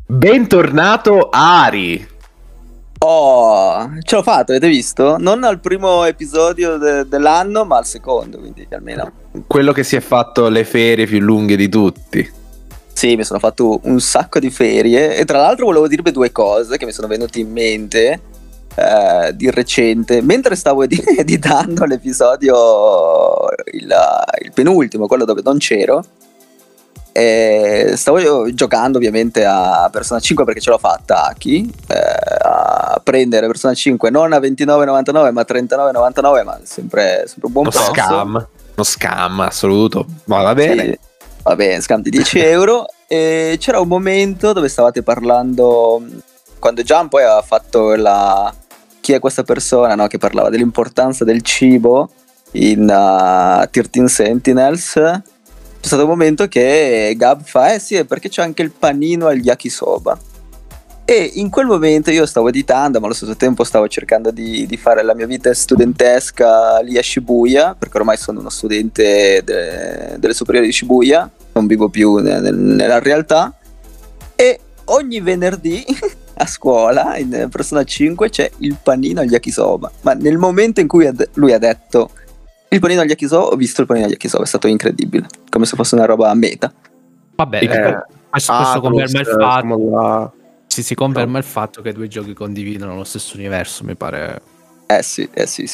Bentornato Ari. Oh, ce l'ho fatto, avete visto? Non al primo episodio dell'anno, ma al secondo, quindi almeno. Quello che si è fatto le ferie più lunghe di tutti. Sì, mi sono fatto un sacco di ferie e tra l'altro volevo dirvi due cose che mi sono venute in mente di recente. Mentre stavo editando l'episodio, il penultimo, quello dove non c'ero, stavo io giocando ovviamente a Persona 5 perché ce l'ho fatta a prendere Persona 5 non a 29,99 ma a 39,99, ma sempre un buon prezzo. Uno scam assoluto, ma va bene. Sì, va bene, scam di 10 euro. E c'era un momento dove stavate parlando, quando Gian poi aveva fatto chi è questa persona, no? Che parlava dell'importanza del cibo in 13 Sentinels. C'è stato un momento che Gab fa sì, è perché c'è anche il panino al yakisoba. E in quel momento io stavo editando, ma allo stesso tempo stavo cercando di fare la mia vita studentesca lì a Shibuya, perché ormai sono uno studente delle superiori di Shibuya, non vivo più nella realtà. E ogni venerdì a scuola in Persona 5 c'è il panino al yakisoba. Ma nel momento in cui lui ha detto il panino al yakisoba, ho visto il panino al yakisoba, è stato incredibile, come se fosse una roba meta. Vabbè, questo conferma il fatto. Si conferma No. il fatto che i due giochi condividono lo stesso universo, mi pare. Sì.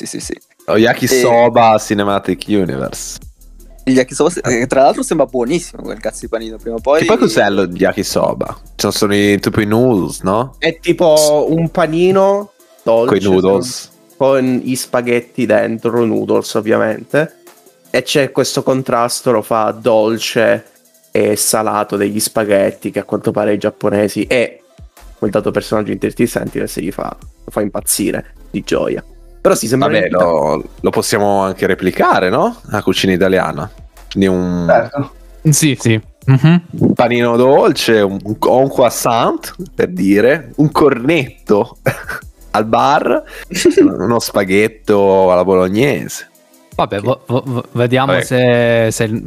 Lo Yakisoba Cinematic Universe. Il yakisoba, tra l'altro, sembra buonissimo quel cazzo di panino. Prima o poi. Che poi cos'è lo Yakisoba? Sono tipo i noodles, no? È tipo un panino dolce Coi noodles. con gli spaghetti dentro, noodles ovviamente. E c'è questo contrasto, lo fa dolce e salato degli spaghetti, che a quanto pare i giapponesi e quel dato personaggio in 13 Sentinels lo fa impazzire di gioia. Però si sembra Vabbè, lo possiamo anche replicare, no? La cucina italiana. Quindi un Sì. un panino dolce, un croissant, per dire, un cornetto al bar, uno spaghetto alla bolognese. Vabbè, vediamo se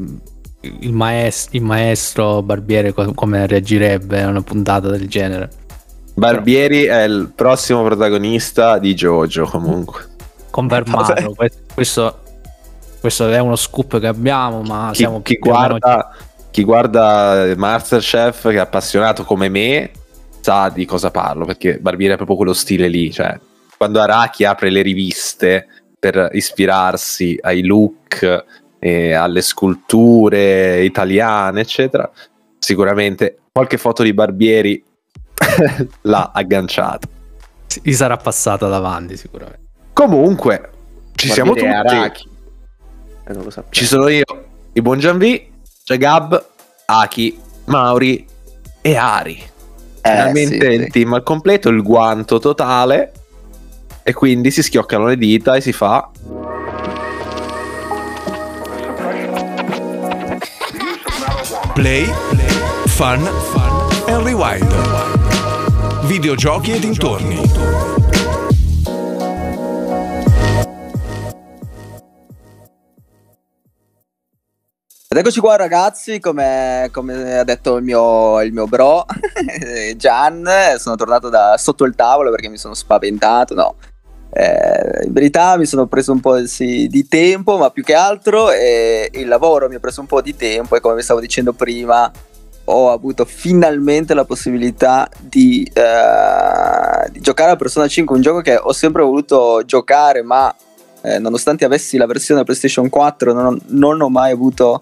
il maestro Barbiere come reagirebbe a una puntata del genere. Barbieri è il prossimo protagonista di JoJo, comunque. Confermato. Questo è uno scoop che abbiamo, ma chi guarda Masterchef, che è appassionato come me, sa di cosa parlo, perché Barbieri è proprio quello stile lì, cioè quando Araki apre le riviste per ispirarsi ai look e alle sculture italiane, eccetera, sicuramente qualche foto di Barbieri l'ha agganciato. gli sarà passata davanti sicuramente. Comunque ci siamo tutti. Araki. Non lo sappiamo. Ci sono io, il buon Gianvi, c'è Gab, Aki, Mauri e Ari. Finalmente il team al completo, il guanto totale, e quindi si schioccano le dita e si fa Play, Fun and Rewind. Videogiochi e dintorni. Ed eccoci qua ragazzi, come ha detto il mio bro Gian, sono tornato da sotto il tavolo perché mi sono spaventato, no. In verità mi sono preso un po' di tempo, ma più che altro il lavoro mi ha preso un po' di tempo, e come vi stavo dicendo prima ho avuto finalmente la possibilità di giocare a Persona 5, un gioco che ho sempre voluto giocare, ma nonostante avessi la versione PlayStation 4 non ho mai avuto.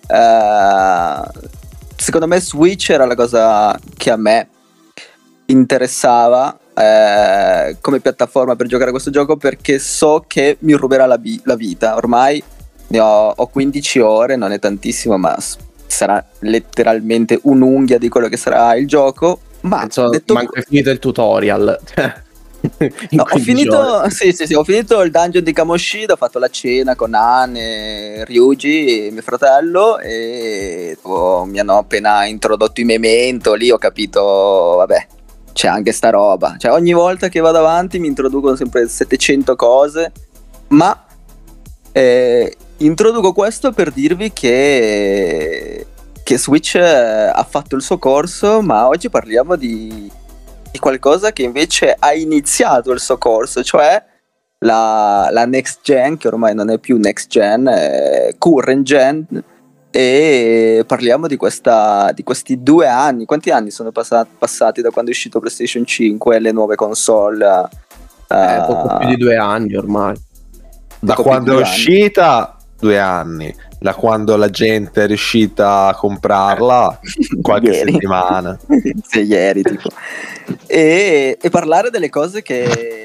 Secondo me Switch era la cosa che a me interessava come piattaforma per giocare a questo gioco, perché so che mi ruberà la vita. Ormai ne ho 15 ore, non è tantissimo, ma sarà letteralmente un'unghia di quello che sarà il gioco. Ma manco è finito il tutorial. No, ho finito il dungeon di Kamoshida, ho fatto la cena con Anne, Ryuji e mio fratello, e mi hanno appena introdotto i memento. Lì ho capito, vabbè, c'è anche sta roba, cioè ogni volta che vado avanti mi introducono sempre 700 cose, ma introduco questo per dirvi che che Switch ha fatto il suo corso, ma oggi parliamo di qualcosa che invece ha iniziato il suo corso, cioè la next gen, che ormai non è più next gen, è current gen, e parliamo di questi 2 anni. Quanti anni sono passati da quando è uscito PlayStation 5 e le nuove console? Poco più di 2 anni ormai. Da quando è uscita 2 anni, da quando la gente è riuscita a comprarla qualche settimana. Sì, ieri tipo. E parlare delle cose che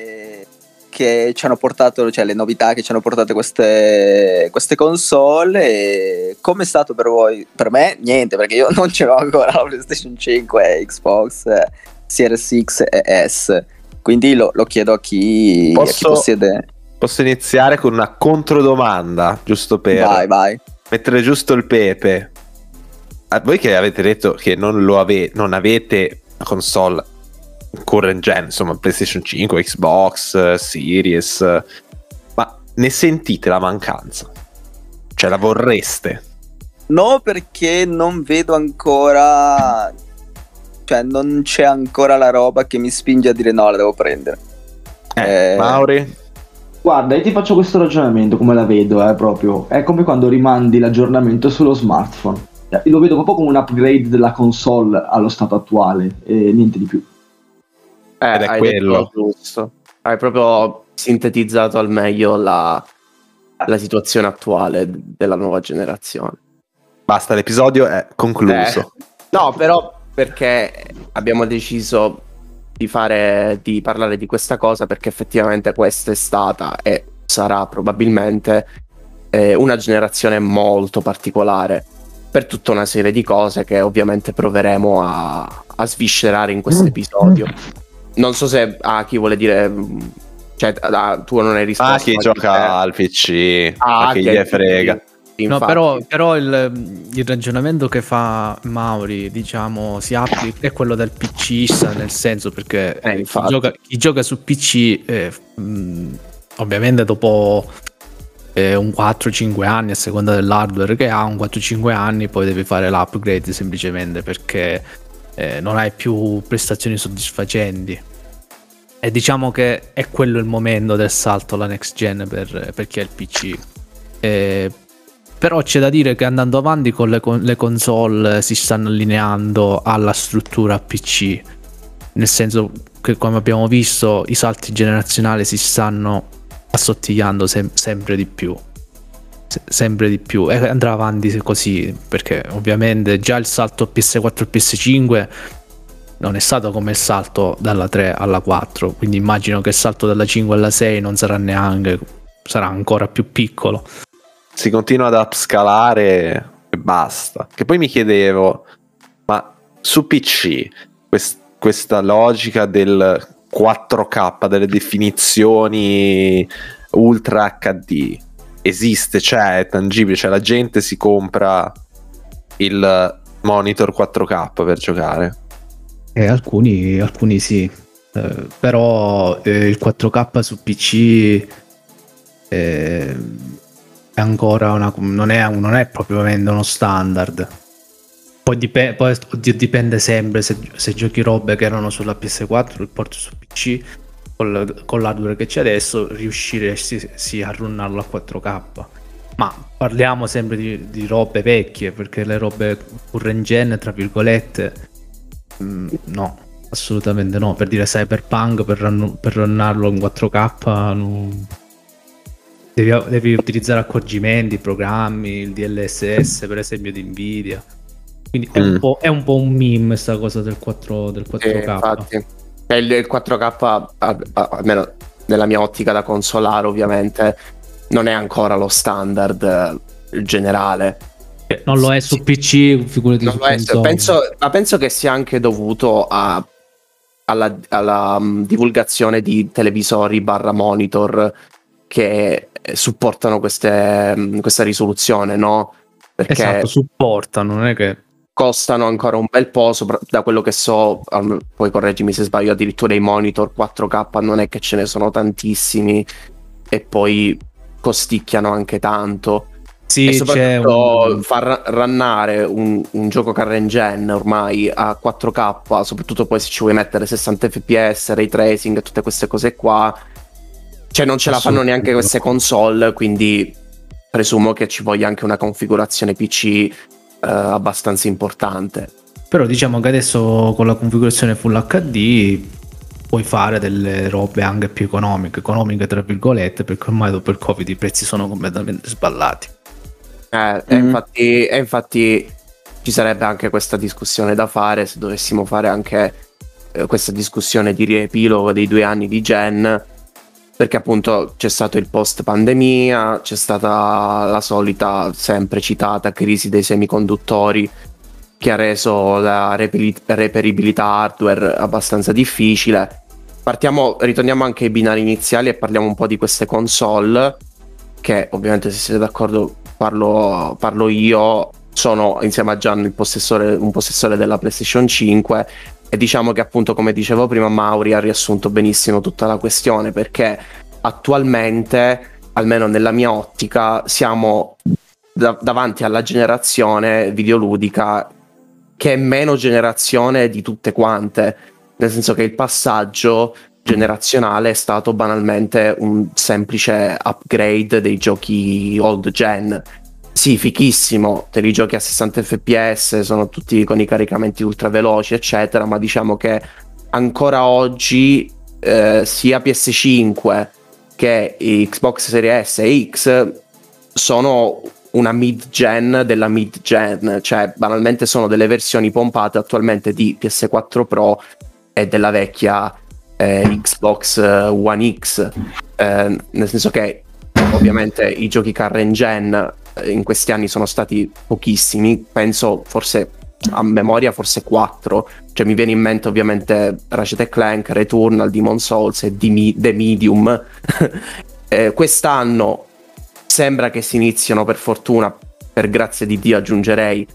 ci hanno portato, cioè le novità che ci hanno portato queste console, e come è stato per voi? Per me niente, perché io non ce l'ho ancora la PlayStation 5, Xbox Series X e S, quindi lo chiedo a chi possiede. Posso iniziare con una controdomanda, giusto per vai. Mettere giusto il pepe. A voi che avete detto che non avete una console current gen, insomma PlayStation 5, Xbox, Series, ma ne sentite la mancanza? Cioè la vorreste? No, perché non vedo ancora, cioè non c'è ancora la roba che mi spinge a dire no, la devo prendere. Mauri? Guarda, io ti faccio questo ragionamento come la vedo, proprio. È come quando rimandi l'aggiornamento sullo smartphone. Lo vedo proprio come un upgrade della console allo stato attuale, e niente di più. Ed è quello giusto. Hai proprio sintetizzato al meglio la situazione attuale della nuova generazione. Basta, l'episodio è concluso. No, però perché abbiamo deciso di parlare di questa cosa, perché effettivamente questa è stata e sarà probabilmente una generazione molto particolare, per tutta una serie di cose che ovviamente proveremo a sviscerare in questo episodio. Non so se chi vuole dire, cioè tu non hai risposto. Chi gioca al PC, che gli frega. No, però il ragionamento che fa Mauri, diciamo, si applica, è quello del PCista, nel senso, perché chi gioca su PC ovviamente dopo un 4-5 anni, a seconda dell'hardware che ha, un 4-5 anni poi devi fare l'upgrade, semplicemente perché non hai più prestazioni soddisfacenti, e diciamo che è quello il momento del salto alla next gen per chi ha il PC. Però c'è da dire che andando avanti con le console si stanno allineando alla struttura PC, nel senso che, come abbiamo visto, i salti generazionali si stanno assottigliando sempre di più, e andrà avanti così, perché ovviamente già il salto PS4 e PS5 non è stato come il salto dalla 3 alla 4, quindi immagino che il salto dalla 5 alla 6 non sarà neanche, sarà ancora più piccolo. Si continua ad upscalare e basta. Che poi mi chiedevo, ma su PC questa logica del 4K, delle definizioni Ultra HD esiste, cioè è tangibile, cioè la gente si compra il monitor 4K per giocare? Alcuni sì, però il 4K su PC è ancora non è propriamente uno standard. Poi dipende sempre se giochi robe che erano sulla PS4, il porto su PC con l'hardware che c'è adesso, riuscire a runnarlo a 4K. Ma parliamo sempre di robe vecchie, perché le robe current gen, tra virgolette, no, assolutamente no. Per dire Cyberpunk, per runnarlo in 4K devi utilizzare accorgimenti, programmi, il DLSS per esempio di Nvidia, quindi è un po' un meme sta cosa del 4K. Infatti il 4K, almeno nella mia ottica da consolare, ovviamente non è ancora lo standard generale. Non lo è su PC, figurati non su lo è, console. penso che sia anche dovuto alla divulgazione di televisori / monitor che supportano questa risoluzione, no? Perché esatto, supportano, non è che costano ancora un bel po', da quello che so, poi correggimi se sbaglio, addirittura i monitor 4K non è che ce ne sono tantissimi, e poi costicchiano anche tanto. Sì, e c'è soprattutto far runnare un gioco current gen ormai a 4K, soprattutto poi se ci vuoi mettere 60 fps, ray tracing e tutte queste cose qua, cioè non ce la fanno neanche queste console, quindi presumo che ci voglia anche una configurazione PC abbastanza importante. Però diciamo che adesso con la configurazione Full HD puoi fare delle robe anche più economiche tra virgolette, perché ormai dopo il Covid i prezzi sono completamente sballati. E infatti ci sarebbe anche questa discussione da fare, se dovessimo fare anche questa discussione di riepilogo dei 2 anni di gen, perché appunto c'è stato il post pandemia, c'è stata la solita sempre citata crisi dei semiconduttori che ha reso la reperibilità hardware abbastanza difficile. Ritorniamo anche ai binari iniziali e parliamo un po' di queste console, che ovviamente, se siete d'accordo, parlo io. Sono insieme a Gian un possessore della PlayStation 5, e diciamo che appunto, come dicevo prima, Mauri ha riassunto benissimo tutta la questione, perché attualmente, almeno nella mia ottica, siamo davanti alla generazione videoludica che è meno generazione di tutte quante, nel senso che il passaggio generazionale è stato banalmente un semplice upgrade dei giochi old gen. Sì, fichissimo, te li giochi a 60 fps, sono tutti con i caricamenti ultra veloci eccetera, ma diciamo che ancora oggi sia PS5 che Xbox Series S e X sono una mid-gen della mid-gen, cioè banalmente sono delle versioni pompate attualmente di PS4 Pro e della vecchia Xbox One X, nel senso che ovviamente i giochi current gen in questi anni sono stati pochissimi, penso forse a memoria forse 4, cioè mi viene in mente ovviamente Ratchet & Clank, Returnal, Demon's Souls e The Medium. Quest'anno sembra che si iniziano, per fortuna, per grazia di Dio aggiungerei,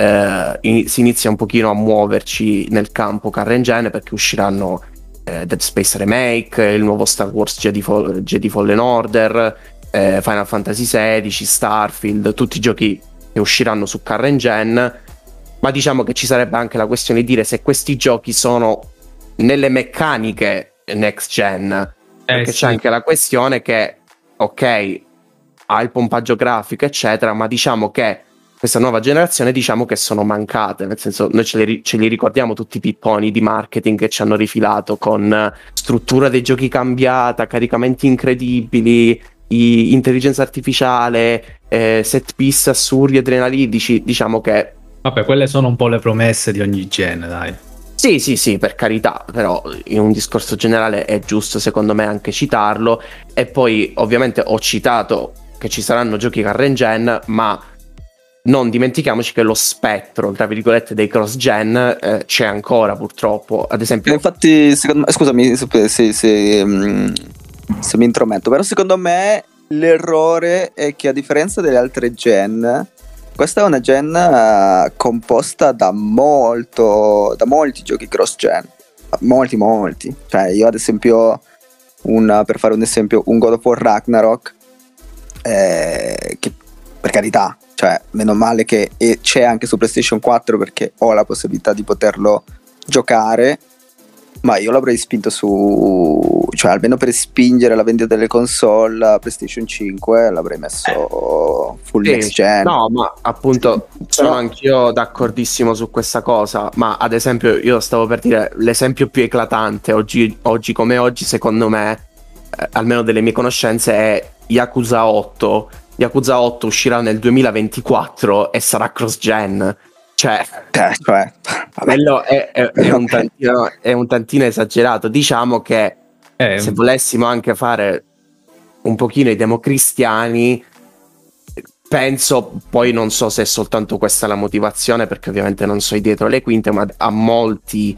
si inizia un pochino a muoverci nel campo current gen, perché usciranno Dead Space Remake, il nuovo Star Wars Jedi Fallen Order, Final Fantasy XVI, Starfield, tutti i giochi che usciranno su current gen. Ma diciamo che ci sarebbe anche la questione di dire se questi giochi sono nelle meccaniche next gen, perché sì. c'è anche la questione che ok, ha il pompaggio grafico eccetera, ma diciamo che questa nuova generazione, diciamo che sono mancate, nel senso, noi ce li ricordiamo tutti i pipponi di marketing che ci hanno rifilato, con struttura dei giochi cambiata, caricamenti incredibili, intelligenza artificiale, set piece assurdi, adrenalidici. Diciamo che vabbè, quelle sono un po' le promesse di ogni genere, dai. sì, per carità, però in un discorso generale è giusto secondo me anche citarlo. E poi ovviamente ho citato che ci saranno giochi current gen, ma non dimentichiamoci che lo spettro, tra virgolette, dei cross gen c'è ancora, purtroppo. Ad esempio, infatti, secondo me, scusami se mi intrometto, però secondo me l'errore è che, a differenza delle altre gen, questa è una gen composta da molti giochi cross gen, molti. Cioè, io ad esempio, per fare un esempio, un God of War Ragnarok, che per carità, cioè meno male che c'è anche su PlayStation 4, perché ho la possibilità di poterlo giocare, ma io l'avrei spinto cioè almeno per spingere la vendita delle console, la PlayStation 5 l'avrei messo full next gen. No, ma appunto sono anch'io d'accordissimo su questa cosa, ma ad esempio io stavo per dire l'esempio più eclatante oggi come oggi, secondo me, almeno delle mie conoscenze, è Yakuza 8. Yakuza 8 uscirà nel 2024 e sarà cross gen. Cioè quello è un tantino esagerato. Diciamo che se volessimo anche fare un pochino i democristiani, penso, poi non so se è soltanto questa la motivazione, perché ovviamente non so dietro le quinte, ma a molte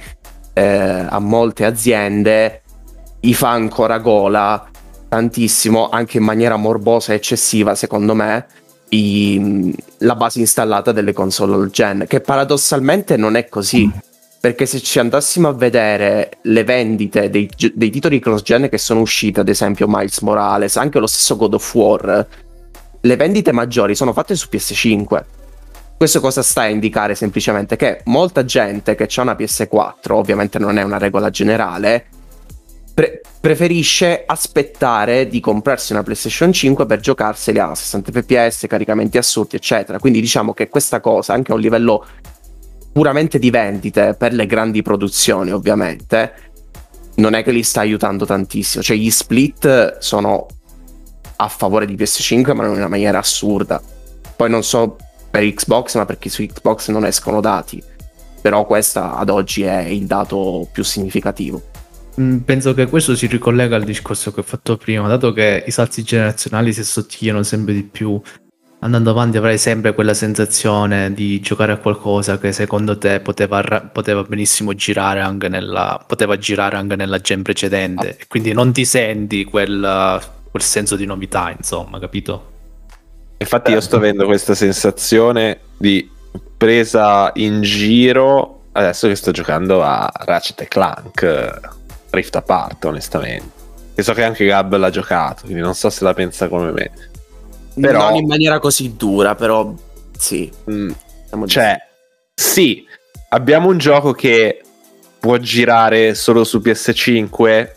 aziende gli fa ancora gola tantissimo, anche in maniera morbosa e eccessiva secondo me, la base installata delle console old gen, che paradossalmente non è così, perché se ci andassimo a vedere le vendite dei titoli cross gen che sono usciti, ad esempio Miles Morales, anche lo stesso God of War, le vendite maggiori sono fatte su PS5. Questo cosa sta a indicare? Semplicemente che molta gente che ha una PS4, ovviamente non è una regola generale, preferisce aspettare di comprarsi una PlayStation 5 per giocarseli a 60 fps, caricamenti assurdi, eccetera. Quindi diciamo che questa cosa, anche a un livello puramente di vendite per le grandi produzioni, ovviamente, non è che li sta aiutando tantissimo. Cioè gli split sono a favore di PS5, ma in una maniera assurda. Poi non so per Xbox, ma perché su Xbox non escono dati, però questa ad oggi è il dato più significativo. Penso che questo si ricollega al discorso che ho fatto prima, dato che i salti generazionali si assottigliano sempre di più. Andando avanti avrai sempre quella sensazione di giocare a qualcosa che secondo te poteva benissimo girare anche poteva girare anche nella gen precedente, e quindi non ti senti quel senso di novità, insomma, capito? Infatti io sto avendo questa sensazione di presa in giro adesso che sto giocando a Ratchet & Clank Rift Apart, onestamente. E so che anche Gab l'ha giocato, quindi non so se la pensa come me. Però, non in maniera così dura, però sì. Cioè, sì, abbiamo un gioco che può girare solo su PS5?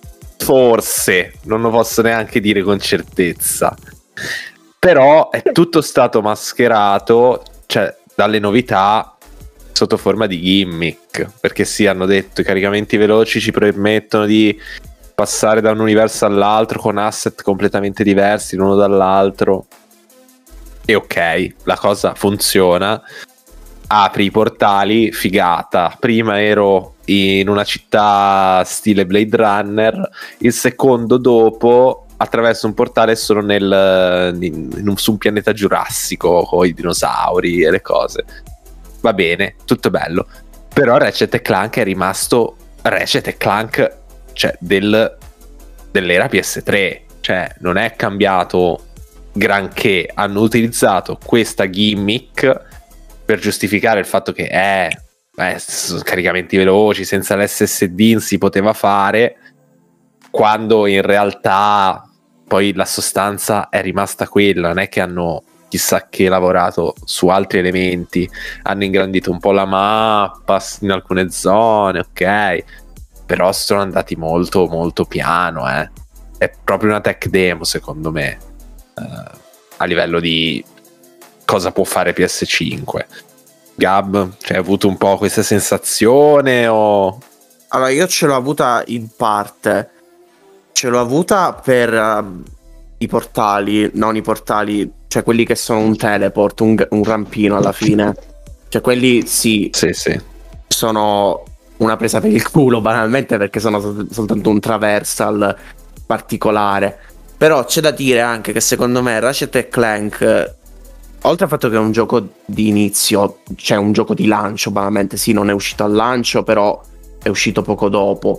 Forse, non lo posso neanche dire con certezza. Però è tutto stato mascherato, cioè, dalle novità sotto forma di gimmick. Perché sì, hanno detto i caricamenti veloci ci permettono di passare da un universo all'altro con asset completamente diversi l'uno dall'altro. E ok, la cosa funziona. Apri i portali, figata. Prima ero in una città stile Blade Runner, il secondo dopo attraverso un portale sono su un pianeta giurassico con i dinosauri e le cose. Va bene, tutto bello. Però Ratchet & Clank è rimasto Ratchet & Clank, cioè dell'era PS3, cioè non è cambiato granché. Hanno utilizzato questa gimmick per giustificare il fatto che caricamenti veloci senza l'SSD non si poteva fare, quando in realtà poi la sostanza è rimasta quella. Non è che hanno chissà che lavorato su altri elementi, hanno ingrandito un po' la mappa in alcune zone, ok, però sono andati molto molto piano, è proprio una tech demo secondo me, a livello di cosa può fare PS5. Gab, cioè, hai avuto un po' questa sensazione o... Allora, io ce l'ho avuta in parte. Ce l'ho avuta per i portali, cioè quelli che sono un teleport, un rampino alla fine. Cioè quelli sì. Sono una presa per il culo banalmente, perché sono soltanto un traversal particolare. Però c'è da dire anche che secondo me Ratchet & Clank, oltre al fatto che è un gioco di inizio, cioè un gioco di lancio banalmente, sì, non è uscito al lancio, però è uscito poco dopo,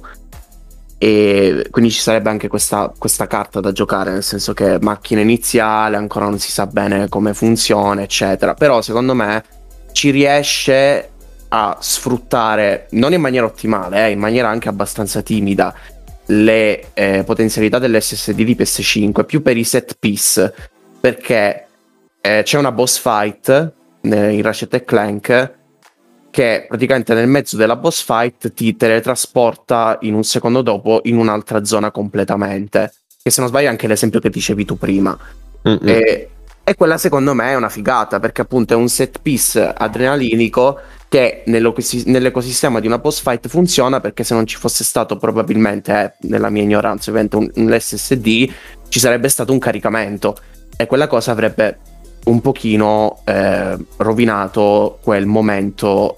e quindi ci sarebbe anche questa carta da giocare, nel senso che macchina iniziale, ancora non si sa bene come funziona, eccetera. Però secondo me ci riesce a sfruttare, non in maniera ottimale, in maniera anche abbastanza timida, le potenzialità dell'SSD di PS5, più per i set piece, perché c'è una boss fight in Ratchet & Clank che praticamente nel mezzo della boss fight ti teletrasporta in un secondo dopo in un'altra zona completamente, che se non sbaglio è anche l'esempio che dicevi tu prima. E quella secondo me è una figata, perché appunto è un set piece adrenalinico che nell'ecosistema di una boss fight funziona, perché se non ci fosse stato probabilmente, nella mia ignoranza ovviamente, un SSD, ci sarebbe stato un caricamento, e quella cosa avrebbe un pochino rovinato quel momento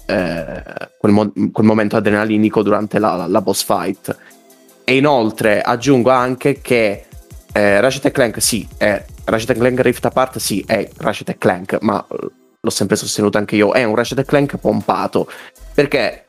adrenalinico durante la boss fight. E inoltre aggiungo anche che Ratchet & Clank sì, Ratchet & Clank Rift Apart sì, è Ratchet & Clank, ma l'ho sempre sostenuto anche io, è un Ratchet & Clank pompato, perché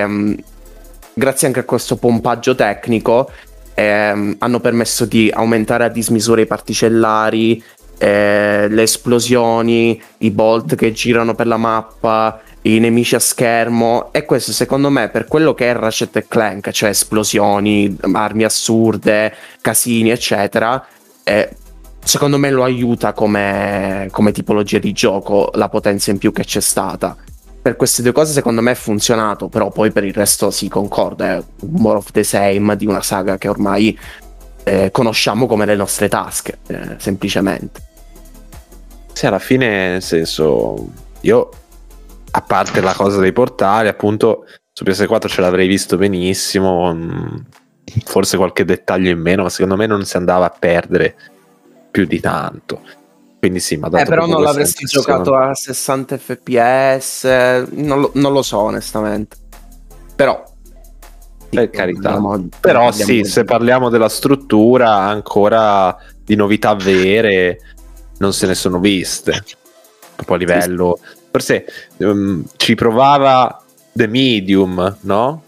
grazie anche a questo pompaggio tecnico hanno permesso di aumentare a dismisura i particellari, le esplosioni, i bolt che girano per la mappa, i nemici a schermo. E questo secondo me, per quello che è Ratchet & Clank, cioè esplosioni, armi assurde, casini eccetera, secondo me lo aiuta come tipologia di gioco, la potenza in più che c'è stata. Per queste due cose secondo me è funzionato, però poi per il resto sì, concordo, è more of the same di una saga che ormai conosciamo come le nostre tasche, semplicemente. Sì, alla fine, nel senso, io, a parte la cosa dei portali, appunto, su PS4 ce l'avrei visto benissimo, forse qualche dettaglio in meno, ma secondo me non si andava a perdere più di tanto. Quindi sì, ma però non l'avresti giocato a 60 fps, non lo so onestamente. Però per carità. Però sì, se parliamo della struttura, ancora di novità vere non se ne sono viste. Proprio a livello, forse ci provava The Medium, no?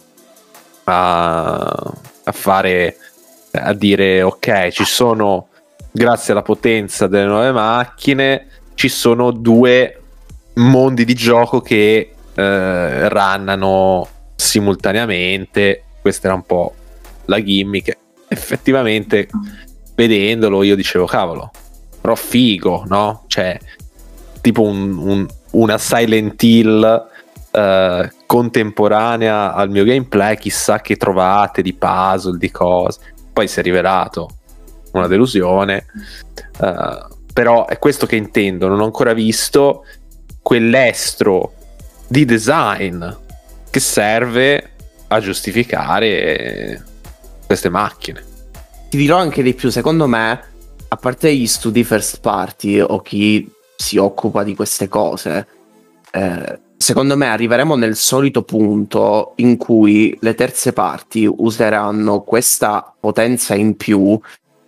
A fare, a dire ok, ci sono, grazie alla potenza delle nuove macchine, ci sono due mondi di gioco che runnano simultaneamente. Questa era un po' la gimmick. Effettivamente, vedendolo, io dicevo cavolo, però figo, no? Cioè, tipo una Silent Hill contemporanea al mio gameplay, chissà che trovate di puzzle, di cose. Poi si è rivelato una delusione, però è questo che intendo. Non ho ancora visto quell'estro di design che serve a giustificare queste macchine. Ti dirò anche di più, secondo me, a parte gli studi first party o chi si occupa di queste cose, secondo me arriveremo nel solito punto in cui le terze parti useranno questa potenza in più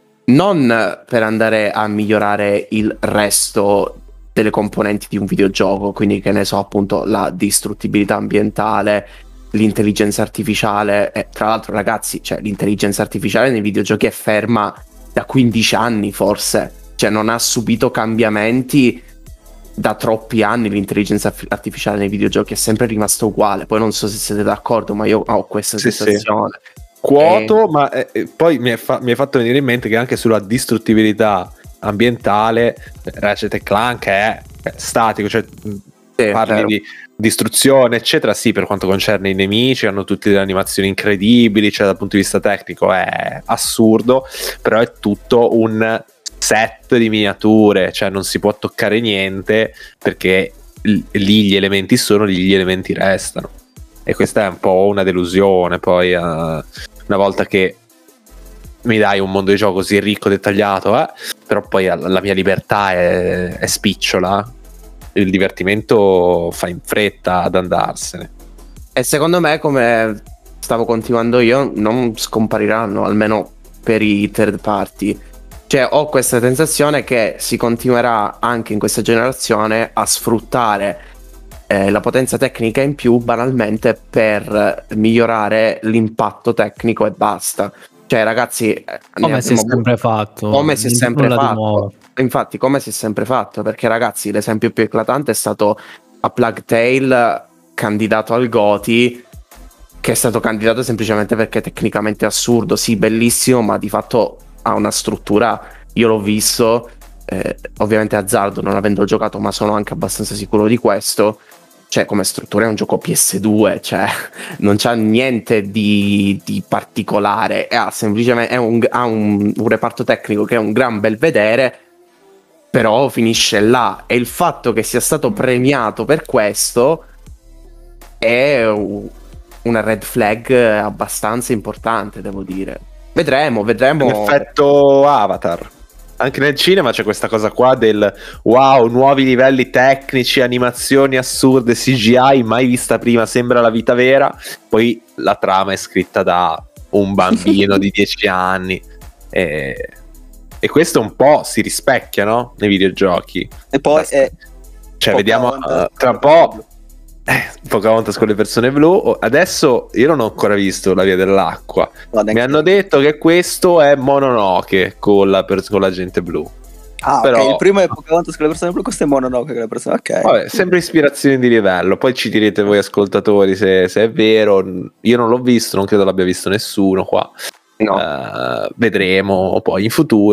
non per andare a migliorare il resto delle componenti di un videogioco, quindi che ne so, appunto la distruttibilità ambientale, l'intelligenza artificiale. Tra l'altro, ragazzi, cioè, l'intelligenza artificiale nei videogiochi è ferma da 15 anni forse, cioè non ha subito cambiamenti da troppi anni. L'intelligenza artificiale nei videogiochi è sempre rimasta uguale. Poi non so se siete d'accordo, ma io ho questa sensazione. Sì. Quoto, ma poi mi è fatto venire in mente che anche sulla distruttibilità ambientale Ratchet & Clank è statico, cioè parli di distruzione eccetera, sì, per quanto concerne i nemici hanno tutte delle animazioni incredibili, cioè dal punto di vista tecnico è assurdo, però è tutto un set di miniature, cioè non si può toccare niente perché lì gli elementi sono, lì gli elementi restano, e questa è un po' una delusione. Poi una volta che mi dai un mondo di gioco così ricco, dettagliato, però poi la mia libertà è spicciola, il divertimento fa in fretta ad andarsene. E secondo me, come stavo continuando io, non scompariranno, almeno per i third party. Cioè, ho questa sensazione che si continuerà anche in questa generazione a sfruttare la potenza tecnica in più banalmente per migliorare l'impatto tecnico e basta. Cioè, ragazzi, come si è sempre fatto. Come si è sempre fatto. Infatti, come si è sempre fatto, perché ragazzi, l'esempio più eclatante è stato A Plague Tale, candidato al GOTY, che è stato candidato semplicemente perché tecnicamente è assurdo, sì, bellissimo, ma di fatto ha una struttura, io l'ho visto, ovviamente azzardo non avendo giocato, ma sono anche abbastanza sicuro di questo. Cioè, come struttura è un gioco PS2, cioè non c'ha niente di particolare, semplicemente ha un reparto tecnico che è un gran bel vedere, però finisce là. E il fatto che sia stato premiato per questo è una red flag abbastanza importante, devo dire. Vedremo. L'effetto Avatar. Anche nel cinema c'è questa cosa qua del wow, nuovi livelli tecnici, animazioni assurde, CGI mai vista prima, sembra la vita vera. Poi la trama è scritta da un bambino di 10 anni e questo un po' si rispecchia, no? Nei videogiochi. E poi cioè vediamo tra un po' Pocahontas con le persone blu. Adesso io non ho ancora visto La via dell'acqua. Mi hanno detto che questo è Mononoke con la gente blu. Però... ok, il primo è Pocahontas con le persone blu, questo è Mononoke con le persone, ok. Vabbè, sempre ispirazioni di livello. Poi ci direte voi ascoltatori se è vero. Io non l'ho visto, non credo l'abbia visto nessuno qua. No. Vedremo poi in futuro.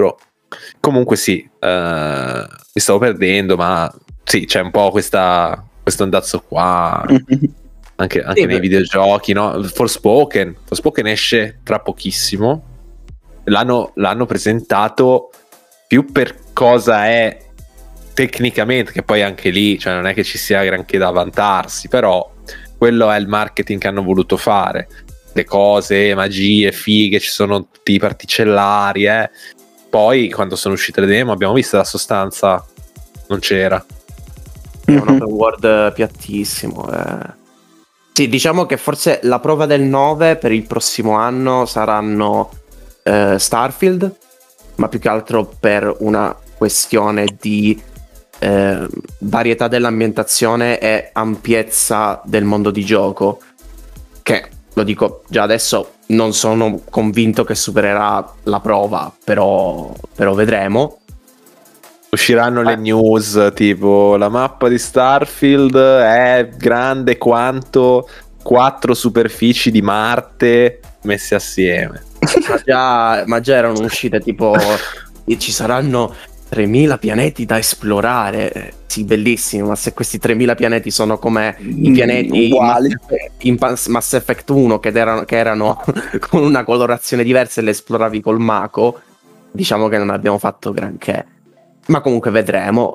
Comunque sì, mi stavo perdendo, ma sì, c'è un po' questo andazzo qua, anche nei videogiochi, no? Forspoken esce tra pochissimo, l'hanno presentato più per cosa è tecnicamente, che poi anche lì, cioè non è che ci sia granché da vantarsi, però quello è il marketing che hanno voluto fare, le cose, magie, fighe, ci sono tutti i particellari, Poi quando sono uscite le demo abbiamo visto la sostanza, non c'era. È un open world piattissimo. Sì, diciamo che forse la prova del 9 per il prossimo anno saranno Starfield, ma più che altro per una questione di varietà dell'ambientazione e ampiezza del mondo di gioco, che, lo dico già adesso, non sono convinto che supererà la prova, però vedremo. Usciranno le news tipo la mappa di Starfield è grande quanto 4 superfici di Marte messe assieme. Ma già erano uscite tipo ci saranno 3000 pianeti da esplorare. Sì, bellissimo, ma se questi 3000 pianeti sono come i pianeti uguali in Mass Effect 1 che erano con una colorazione diversa e le esploravi col Mako, diciamo che non abbiamo fatto granché. Ma comunque vedremo.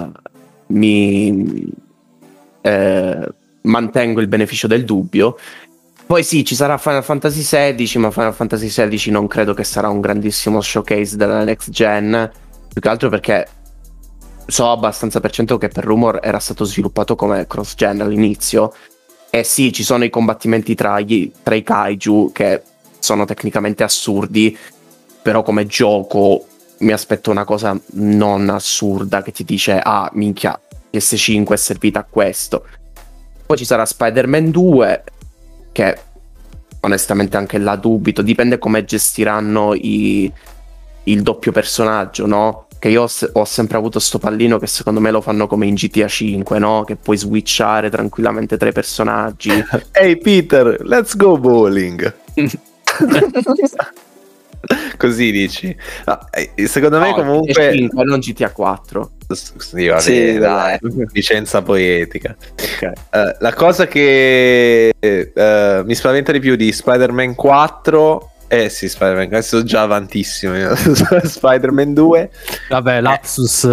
Mantengo il beneficio del dubbio. Poi sì, ci sarà Final Fantasy XVI, ma Final Fantasy XVI non credo che sarà un grandissimo showcase della next gen, più che altro perché so abbastanza per cento che per rumor era stato sviluppato come cross gen all'inizio. E sì, ci sono i combattimenti tra i kaiju che sono tecnicamente assurdi, però come gioco mi aspetto una cosa non assurda che ti dice minchia, PS5 è servita a questo. Poi ci sarà Spider-Man 2, che onestamente anche là dubito, dipende come gestiranno il doppio personaggio, no? Che io ho sempre avuto sto pallino che secondo me lo fanno come in GTA 5, no? Che puoi switchare tranquillamente tra i personaggi. Hey Peter, let's go bowling. Così dici? No, secondo me comunque 5, non GTA 4. Sì, vabbè, sì, dai. Licenza poetica. Okay. La cosa che mi spaventa di più di Spider-Man 4 sì, Spider-Man 4 sono già avantissimo. Spider-Man 2 vabbè, lapsus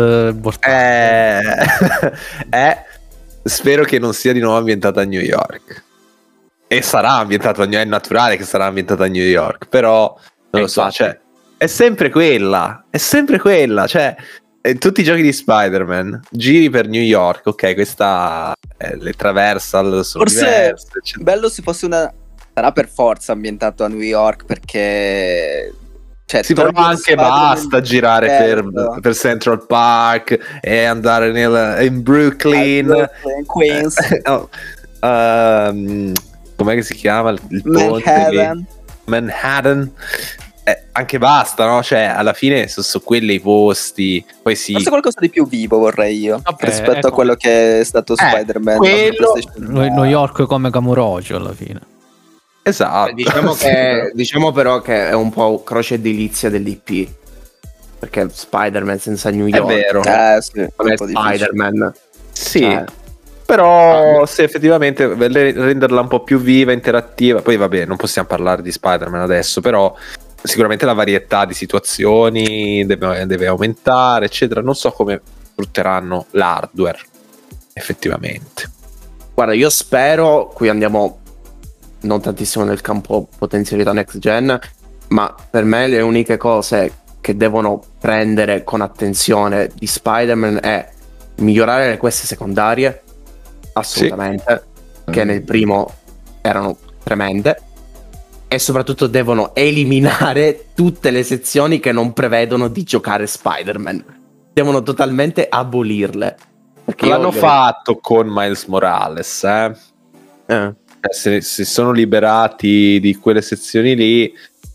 spero che non sia di nuovo ambientata a New York, e sarà ambientata è naturale che sarà ambientata a New York, però non lo so, cioè è sempre quella, cioè tutti i giochi di Spider-Man giri per New York, ok, questa le traversal sono forse diverse, bello se fosse sarà per forza ambientato a New York, perché cioè, sì, però anche basta girare per Central Park e andare in Brooklyn, Queens, com'è che si chiama il ponte Manhattan. Anche basta, no? Cioè, alla fine sono quelli i posti. Poi sì. Forse qualcosa di più vivo vorrei io, rispetto a quello che è stato Spider-Man. New York come Kamurocho alla fine. Esatto. Diciamo però che è un po' croce e delizia dell'IP, perché Spider-Man senza New York è vero. Sì, non è Spider-Man. Sì. Però se effettivamente renderla un po' più viva, interattiva, poi vabbè, non possiamo parlare di Spider-Man adesso, però sicuramente la varietà di situazioni deve aumentare, eccetera. Non so come sfrutteranno l'hardware effettivamente. Guarda, io spero, qui andiamo non tantissimo nel campo potenzialità next gen, ma per me le uniche cose che devono prendere con attenzione di Spider-Man è migliorare le quest secondarie, assolutamente, sì, che nel primo erano tremende, e soprattutto devono eliminare tutte le sezioni che non prevedono di giocare Spider-Man, devono totalmente abolirle, perché l'hanno fatto con Miles Morales, si sono liberati di quelle sezioni lì,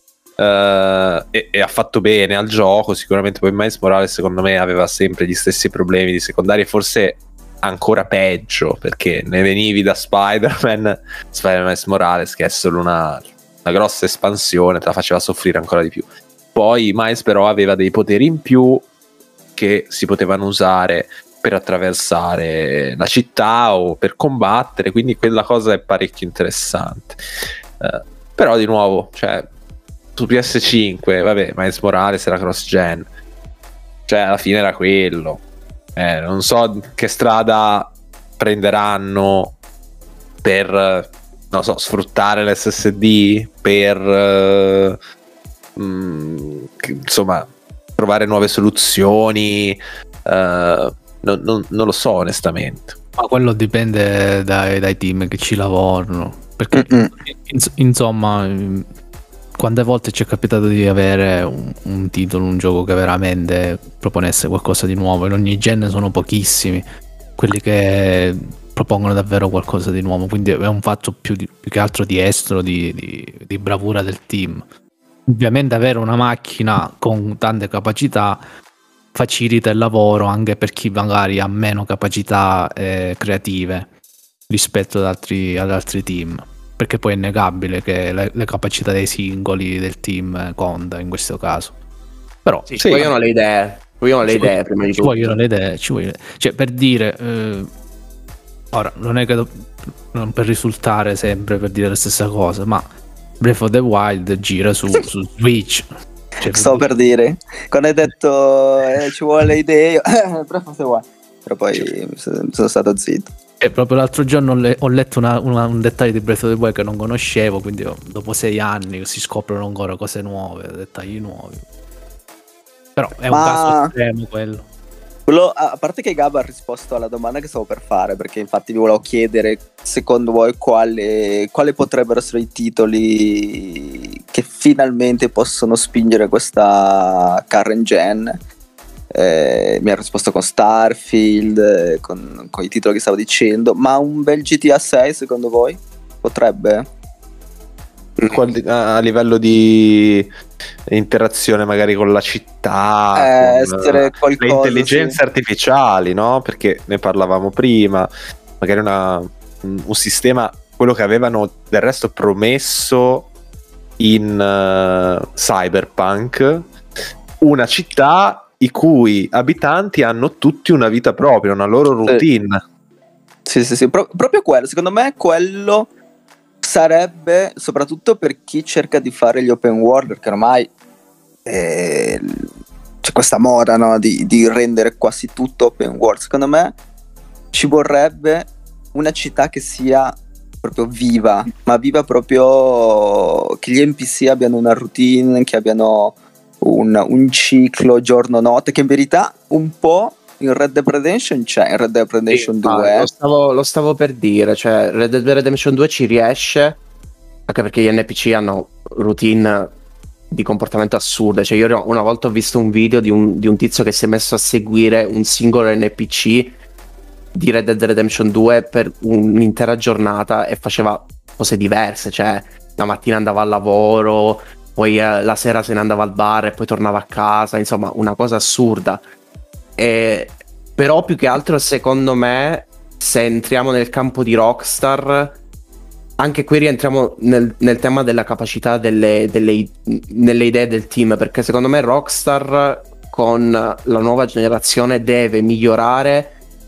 e ha fatto bene al gioco sicuramente. Poi Miles Morales secondo me aveva sempre gli stessi problemi di secondarie, forse ancora peggio, perché ne venivi da Spider-Man Miles Morales, che è solo una grossa espansione, te la faceva soffrire ancora di più. Poi Miles però aveva dei poteri in più che si potevano usare per attraversare la città o per combattere, quindi quella cosa è parecchio interessante. Però di nuovo, cioè, su PS5, vabbè, Miles Morales era cross-gen, cioè alla fine era quello. Non so che strada prenderanno per, non so, sfruttare l'SSD, per insomma trovare nuove soluzioni, non lo so onestamente. Ma quello dipende dai team che ci lavorano, perché insomma quante volte ci è capitato di avere un titolo, un gioco che veramente proponesse qualcosa di nuovo. In ogni genere sono pochissimi quelli che propongono davvero qualcosa di nuovo, quindi è un fatto più che altro di estro, di bravura del team. Ovviamente avere una macchina con tante capacità facilita il lavoro anche per chi magari ha meno capacità creative rispetto ad altri team, perché poi è innegabile che le capacità dei singoli del team conta in questo caso. Però sì, ci vogliono le idee, prima di tutto. Ci vogliono le idee. Cioè, per dire, ora non è che non per risultare sempre per dire la stessa cosa, ma Breath of the Wild gira su Switch. Cioè, Sto per dire, quando hai detto ci vuole le idee, Breath of the Wild, però poi sono stato zitto. E proprio l'altro giorno ho letto un dettaglio di Breath of the Wild che non conoscevo, quindi dopo 6 anni si scoprono ancora cose nuove, dettagli nuovi. Però è un caso estremo quello. A parte che Gab ha risposto alla domanda che stavo per fare, perché infatti vi volevo chiedere, secondo voi quale potrebbero essere i titoli che finalmente possono spingere questa current gen. Mi ha risposto con Starfield, con i titoli che stavo dicendo, ma un bel GTA 6 secondo voi potrebbe? A livello di interazione magari con la città, essere qualcosa, le intelligenze artificiali, no? Perché ne parlavamo prima, magari un sistema, quello che avevano del resto promesso in Cyberpunk, una città i cui abitanti hanno tutti una vita propria, una loro routine. Sì, proprio quello, secondo me quello sarebbe, soprattutto per chi cerca di fare gli open world, perché ormai c'è questa moda, no, di rendere quasi tutto open world. Secondo me ci vorrebbe una città che sia proprio viva, ma viva proprio, che gli NPC abbiano una routine, che abbiano un ciclo giorno-notte, che in verità un po' in Red Dead Redemption c'è, in Red Dead Redemption 2. Lo stavo per dire, cioè Red Dead Redemption 2 ci riesce, anche perché gli NPC hanno routine di comportamento assurde. Cioè io una volta ho visto un video di un tizio che si è messo a seguire un singolo NPC di Red Dead Redemption 2 per un'intera giornata e faceva cose diverse, cioè la mattina andava al lavoro, poi la sera se ne andava al bar e poi tornava a casa, insomma una cosa assurda. Però più che altro secondo me, se entriamo nel campo di Rockstar, anche qui rientriamo nel tema della capacità nelle idee del team, perché secondo me Rockstar con la nuova generazione deve migliorare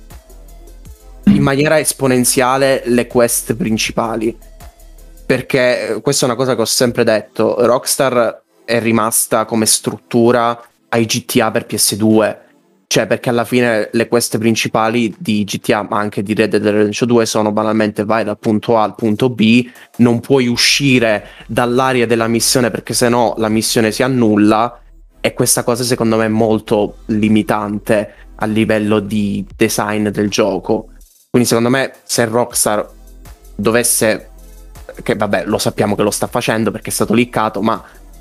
in maniera esponenziale le quest principali, perché questa è una cosa che ho sempre detto: Rockstar è rimasta come struttura ai GTA per PS2, cioè perché alla fine le quest principali di GTA, ma anche di Red Dead Redemption 2, sono banalmente vai dal punto A al punto B, non puoi uscire dall'area della missione perché sennò la missione si annulla, e questa cosa secondo me è molto limitante a livello di design del gioco. Quindi secondo me se Rockstar dovesse, che vabbè lo sappiamo che lo sta facendo perché è stato leakato, ma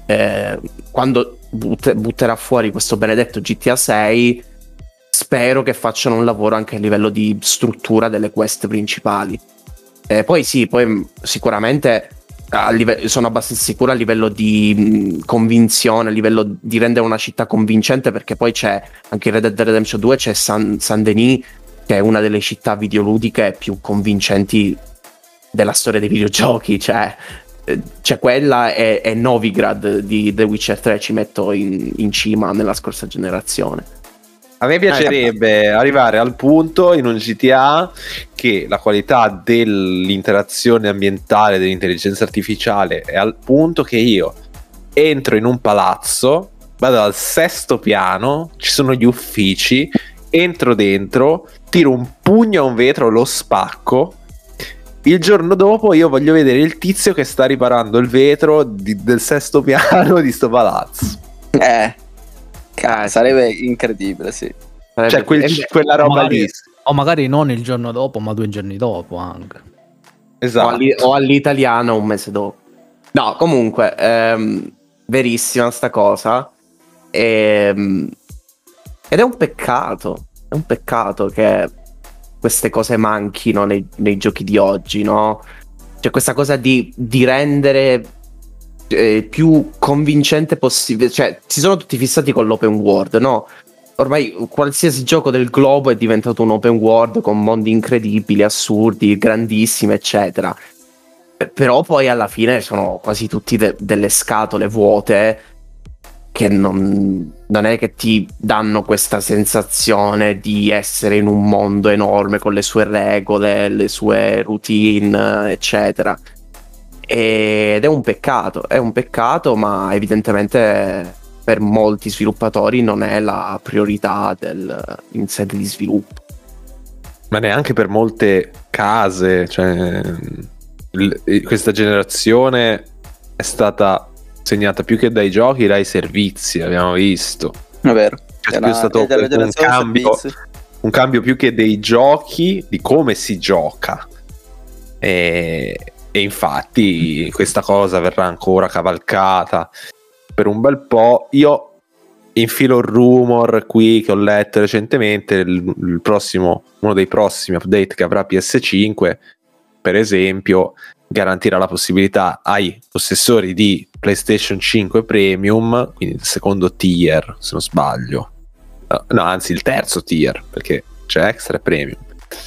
quando butterà fuori questo benedetto GTA 6, spero che facciano un lavoro anche a livello di struttura delle quest principali. Poi sicuramente sono abbastanza sicuro a livello di convinzione, a livello di rendere una città convincente, perché poi c'è anche in Red Dead Redemption 2 c'è Saint-Denis, che è una delle città videoludiche più convincenti della storia dei videogiochi, cioè cioè quella è Novigrad di The Witcher 3, ci metto in cima nella scorsa generazione. A me piacerebbe arrivare al punto in un GTA che la qualità dell'interazione ambientale, dell'intelligenza artificiale è al punto che io entro in un palazzo, vado al 6º piano, ci sono gli uffici, entro dentro, tiro un pugno a un vetro, lo spacco. Il giorno dopo io voglio vedere il tizio che sta riparando il vetro del 6º piano di sto palazzo. Sarebbe incredibile, sì. Cioè quella roba magari, lì. o magari non il giorno dopo, ma 2 giorni dopo anche. Esatto. O all'italiano un mese dopo. No, comunque, verissima sta cosa. Ed è un peccato. È un peccato che queste cose manchino nei giochi di oggi, no? Cioè questa cosa di rendere più convincente possibile. Cioè, si sono tutti fissati con l'open world, no? Ormai qualsiasi gioco del globo è diventato un open world con mondi incredibili, assurdi, grandissimi, eccetera. Però poi alla fine sono quasi tutti delle scatole vuote che non è che ti danno questa sensazione di essere in un mondo enorme con le sue regole, le sue routine, eccetera. Ed è un peccato, ma evidentemente per molti sviluppatori non è la priorità in sede di sviluppo. Ma neanche per molte case, cioè questa generazione è stata segnata più che dai giochi dai servizi, abbiamo visto. È vero. C'è stato un cambio più che dei giochi, di come si gioca. E infatti questa cosa verrà ancora cavalcata per un bel po'. Io infilo il rumor qui che ho letto recentemente, uno dei prossimi update che avrà PS5, per esempio, garantirà la possibilità ai possessori di PlayStation 5 Premium, quindi il secondo tier se non sbaglio, no, anzi il terzo tier, perché c'è Extra e Premium,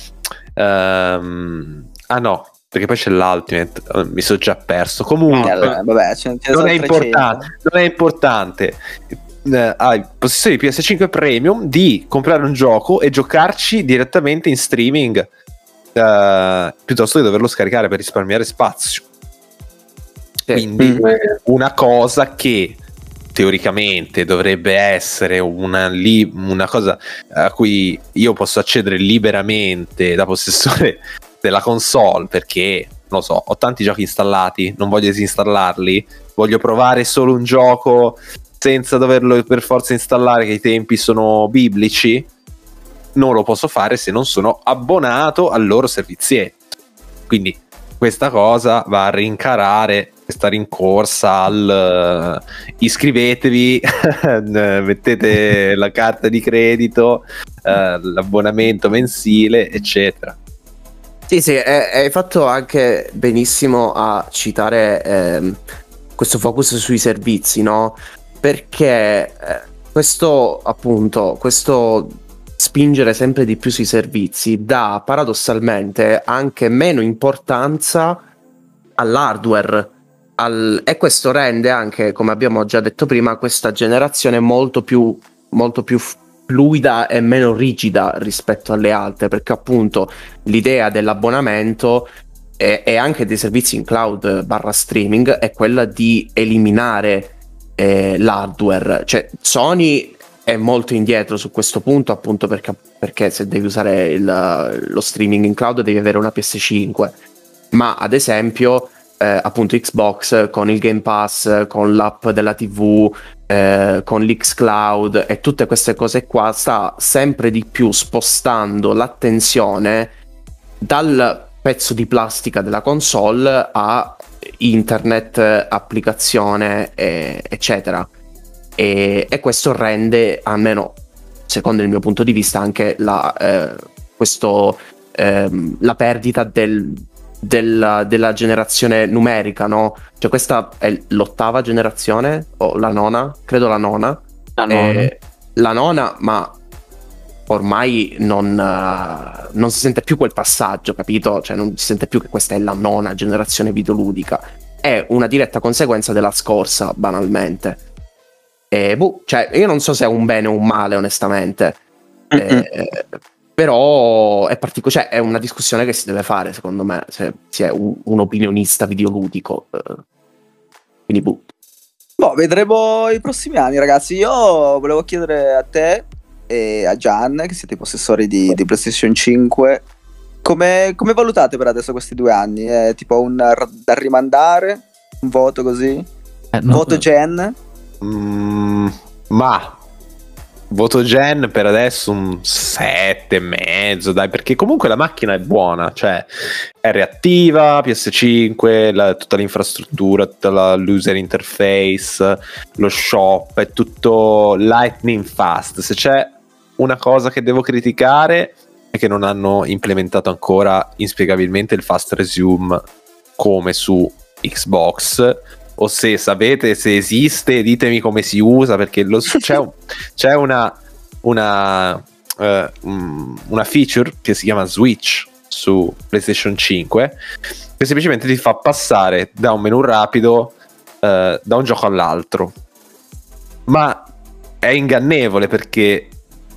no, perché poi c'è l'Ultimate, mi sono già perso. Comunque non è importante ai possessori di PS5 Premium di comprare un gioco e giocarci direttamente in streaming, piuttosto che doverlo scaricare per risparmiare spazio. Quindi una cosa che teoricamente dovrebbe essere una cosa a cui io posso accedere liberamente da possessore della console, perché non lo so, ho tanti giochi installati, non voglio disinstallarli, voglio provare solo un gioco senza doverlo per forza installare, che i tempi sono biblici, non lo posso fare se non sono abbonato al loro servizietto. Quindi questa cosa va a rincarare questa rincorsa al iscrivetevi, mettete la carta di credito, l'abbonamento mensile, eccetera. Sì, hai fatto anche benissimo a citare questo focus sui servizi, no? Perché questo spingere sempre di più sui servizi dà paradossalmente anche meno importanza all'hardware, e questo rende anche, come abbiamo già detto prima, questa generazione molto più fluida e meno rigida rispetto alle altre, perché appunto l'idea dell'abbonamento e anche dei servizi in cloud / streaming è quella di eliminare l'hardware. Cioè Sony è molto indietro su questo punto, appunto perché se devi usare lo streaming in cloud devi avere una PS5, ma ad esempio appunto Xbox con il Game Pass, con l'app della TV, con l'xCloud e tutte queste cose qua, sta sempre di più spostando l'attenzione dal pezzo di plastica della console a internet, applicazione, eccetera. E questo rende, almeno secondo il mio punto di vista, anche la perdita della generazione numerica, no? Cioè questa è l'8ª generazione o la 9ª? Credo la 9ª. La 9ª, ma ormai non si sente più quel passaggio, capito? Cioè non si sente più che questa è la 9ª generazione videoludica. è una diretta conseguenza della scorsa, banalmente. Cioè, io non so se è un bene o un male, onestamente. Però cioè, è una discussione che si deve fare, secondo me, se si è un opinionista videoludico. Quindi vedremo i prossimi anni, ragazzi. Io volevo chiedere a te e a Gian, che siete i possessori di PlayStation 5, come valutate per adesso questi 2 anni? È tipo da rimandare? Un voto così? Voto Gen? Ma voto Gen per adesso un 7,5, dai, perché comunque la macchina è buona, cioè è reattiva, PS5, tutta l'infrastruttura, tutta l'user interface, lo shop, è tutto lightning fast. Se c'è una cosa che devo criticare è che non hanno implementato ancora inspiegabilmente il fast resume come su Xbox, o se sapete se esiste ditemi come si usa, perché c'è una feature che si chiama Switch su PlayStation 5 che semplicemente ti fa passare da un menu rapido da un gioco all'altro, ma è ingannevole perché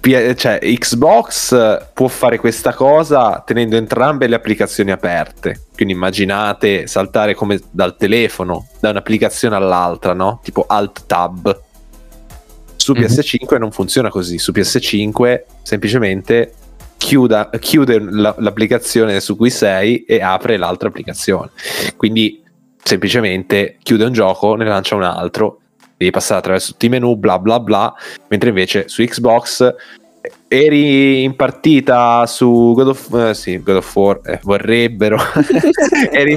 Xbox può fare questa cosa tenendo entrambe le applicazioni aperte, quindi immaginate saltare come dal telefono da un'applicazione all'altra, no? Tipo Alt Tab. Su PS5 non funziona così. Su PS5 semplicemente chiude l'applicazione su cui sei e apre l'altra applicazione, quindi semplicemente chiude un gioco, ne lancia un altro, devi passare attraverso tutti i menu, bla bla bla, mentre invece su Xbox eri in partita su God of War, vorrebbero eri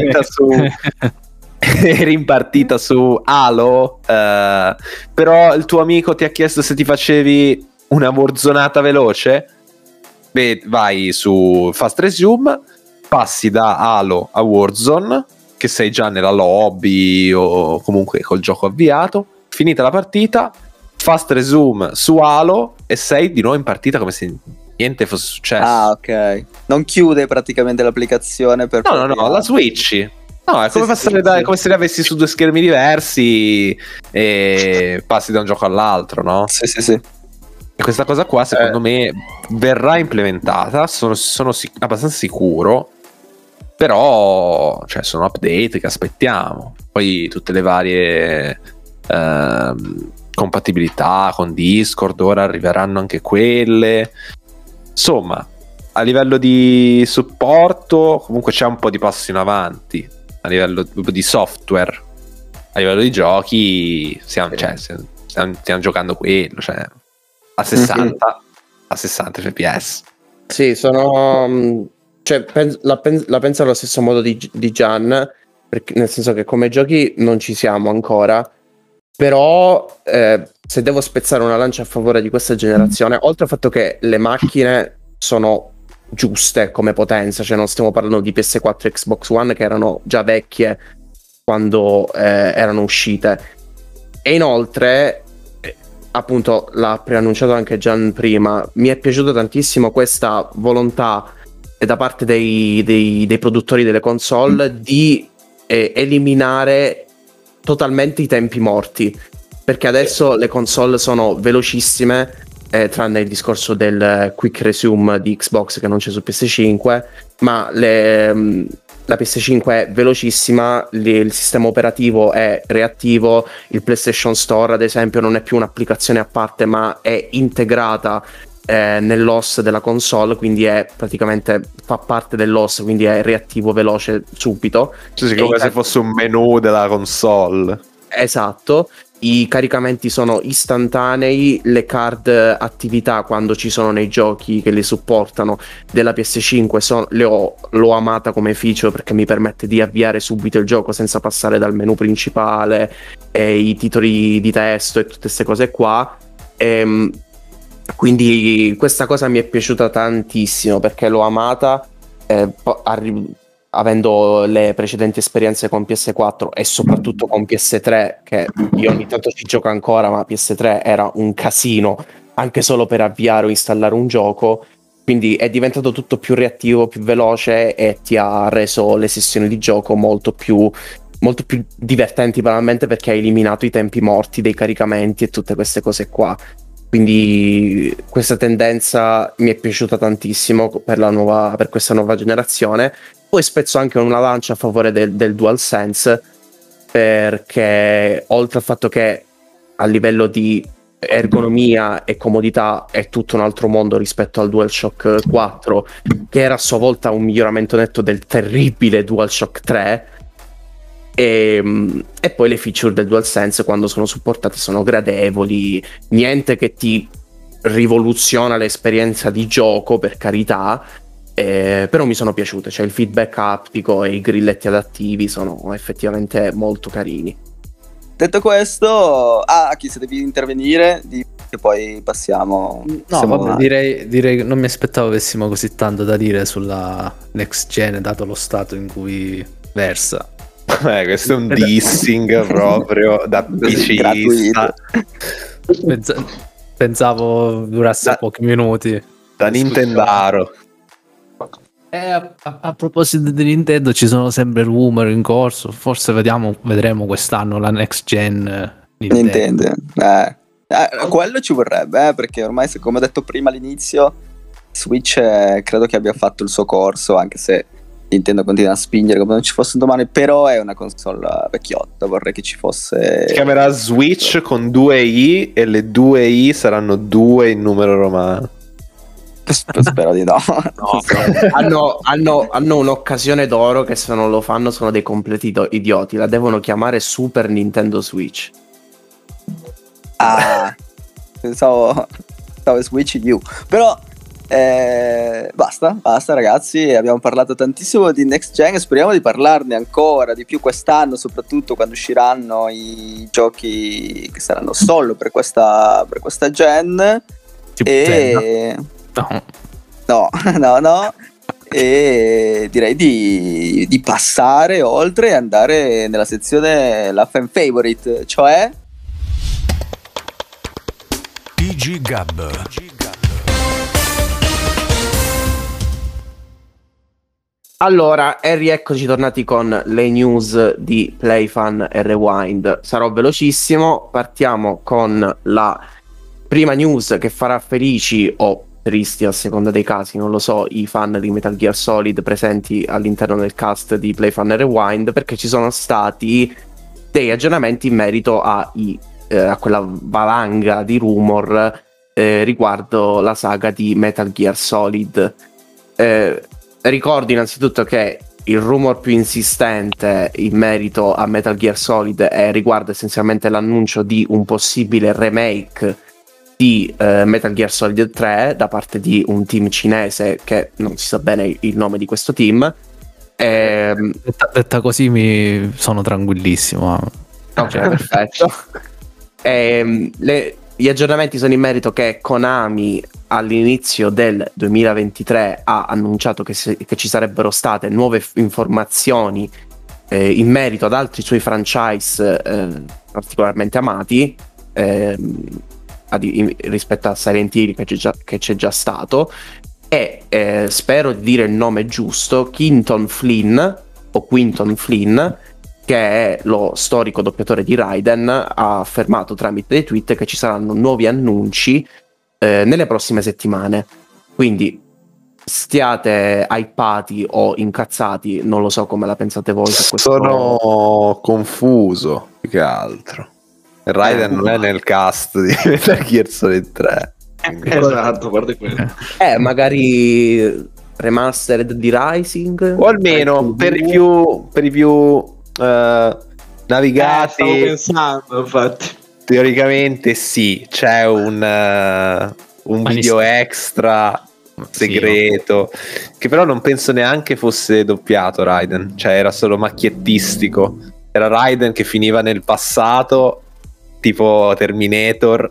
in partita su Halo, però il tuo amico ti ha chiesto se ti facevi una warzonata veloce. Beh, vai su Fast Resume, passi da Halo a Warzone, che sei già nella lobby o comunque col gioco avviato, finita la partita, Fast Resume su Halo e sei di nuovo in partita come se niente fosse successo. Ah, ok. Non chiude praticamente l'applicazione per... No, la switchi. No, è come passare come se li avessi su 2 schermi diversi e passi da un gioco all'altro, no? Sì. E questa cosa qua, secondo me, verrà implementata, sono abbastanza sicuro, però cioè, sono update che aspettiamo. Poi tutte le varie compatibilità con Discord, ora arriveranno anche quelle. Insomma, a livello di supporto, comunque c'è un po' di passi in avanti. A livello di software, a livello di giochi, stiamo giocando quello, cioè a 60 fps. Sì, sono cioè, la penso allo stesso modo di Gian, perché, nel senso che come giochi non ci siamo ancora, però se devo spezzare una lancia a favore di questa generazione, oltre al fatto che le macchine sono giuste come potenza, cioè non stiamo parlando di PS4 e Xbox One che erano già vecchie quando erano uscite, e inoltre appunto l'ha preannunciato anche Gian prima, mi è piaciuta tantissimo questa volontà da parte dei produttori delle console di eliminare totalmente i tempi morti, perché adesso le console sono velocissime, tranne il discorso del quick resume di Xbox che non c'è su PS5, ma la PS5 è velocissima, il sistema operativo è reattivo, il PlayStation Store ad esempio non è più un'applicazione a parte ma è integrata nell'OS della console, quindi è praticamente fa parte dell'OS, quindi è reattivo veloce subito. Cioè, come se fosse un menu della console. Esatto. I caricamenti sono istantanei, le card attività quando ci sono nei giochi che le supportano della PS5 l'ho amata come feature perché mi permette di avviare subito il gioco senza passare dal menu principale e i titoli di testo e tutte queste cose qua. Quindi questa cosa mi è piaciuta tantissimo perché l'ho amata, avendo le precedenti esperienze con PS4 e soprattutto con PS3, che io ogni tanto ci gioco ancora, ma PS3 era un casino anche solo per avviare o installare un gioco, quindi è diventato tutto più reattivo, più veloce e ti ha reso le sessioni di gioco molto più molto più divertenti banalmente perché hai eliminato i tempi morti dei caricamenti e tutte queste cose qua. Quindi questa tendenza mi è piaciuta tantissimo per questa nuova generazione. Poi spezzo anche una lancia a favore del DualSense, perché oltre al fatto che a livello di ergonomia e comodità è tutto un altro mondo rispetto al DualShock 4, che era a sua volta un miglioramento netto del terribile DualShock 3. E poi le feature del DualSense, quando sono supportate, sono gradevoli, niente che ti rivoluziona l'esperienza di gioco, per carità, però mi sono piaciute, cioè il feedback aptico e i grilletti adattivi sono effettivamente molto carini. Detto questo, Aki, se devi intervenire, che poi passiamo. No, vabbè, direi che non mi aspettavo avessimo così tanto da dire sulla next gen, dato lo stato in cui versa. Questo è un dissing proprio da PCista. Pensavo durasse pochi minuti. Da Nintendaro. A proposito di Nintendo, ci sono sempre rumor in corso. Forse vedremo quest'anno la next gen Nintendo. Quello ci vorrebbe, perché ormai, come ho detto prima all'inizio, Switch credo che abbia fatto il suo corso, anche se Nintendo continua a spingere come non ci fosse un domani, però è una console vecchiotta, vorrei che ci fosse. Si chiamerà Switch con 2 I e le 2 I saranno 2 in numero romano. Spero di no. Hanno un'occasione d'oro che se non lo fanno sono dei completi idioti, la devono chiamare Super Nintendo Switch. Pensavo Switch U, però basta ragazzi, abbiamo parlato tantissimo di next gen e speriamo di parlarne ancora di più quest'anno, soprattutto quando usciranno i giochi che saranno solo per questa gen. No. E direi di passare oltre e andare nella sezione la fan favorite, cioè TG Gab. Allora, e rieccoci tornati con le news di PlayFan e Rewind. Sarò velocissimo, partiamo con la prima news che farà felici o tristi a seconda dei casi, non lo so, i fan di Metal Gear Solid presenti all'interno del cast di PlayFan e Rewind, perché ci sono stati dei aggiornamenti in merito a quella valanga di rumor riguardo la saga di Metal Gear Solid. Ricordo innanzitutto che il rumor più insistente in merito a Metal Gear Solid riguarda essenzialmente l'annuncio di un possibile remake di Metal Gear Solid 3 da parte di un team cinese che non si sa bene il nome di questo team. Detta così mi sono tranquillissimo. Ok, perfetto. Gli aggiornamenti sono in merito che Konami all'inizio del 2023 ha annunciato che ci sarebbero state nuove informazioni in merito ad altri suoi franchise particolarmente amati rispetto a Silent Hill che c'è già stato, e spero di dire il nome giusto, Quinton Flynn, che è lo storico doppiatore di Raiden, ha affermato tramite dei tweet che ci saranno nuovi annunci nelle prossime settimane. Quindi stiate hypati o incazzati, non lo so come la pensate voi su questo. Sono confuso più che altro. Raiden non è nel cast di Metal Gear Solid 3. Esatto, guarda quello. Magari remastered di Rising, o almeno per i più navigati. Stavo pensando, infatti. Teoricamente sì, c'è un video extra segreto, che però non penso neanche fosse doppiato Raiden, cioè era solo macchiettistico. Era Raiden che finiva nel passato, tipo Terminator,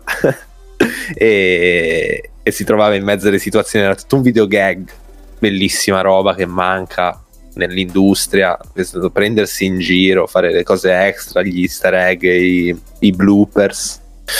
e si trovava in mezzo alle situazioni. Era tutto un video gag, bellissima roba che manca nell'industria, prendersi in giro, fare le cose extra, gli easter egg, i bloopers,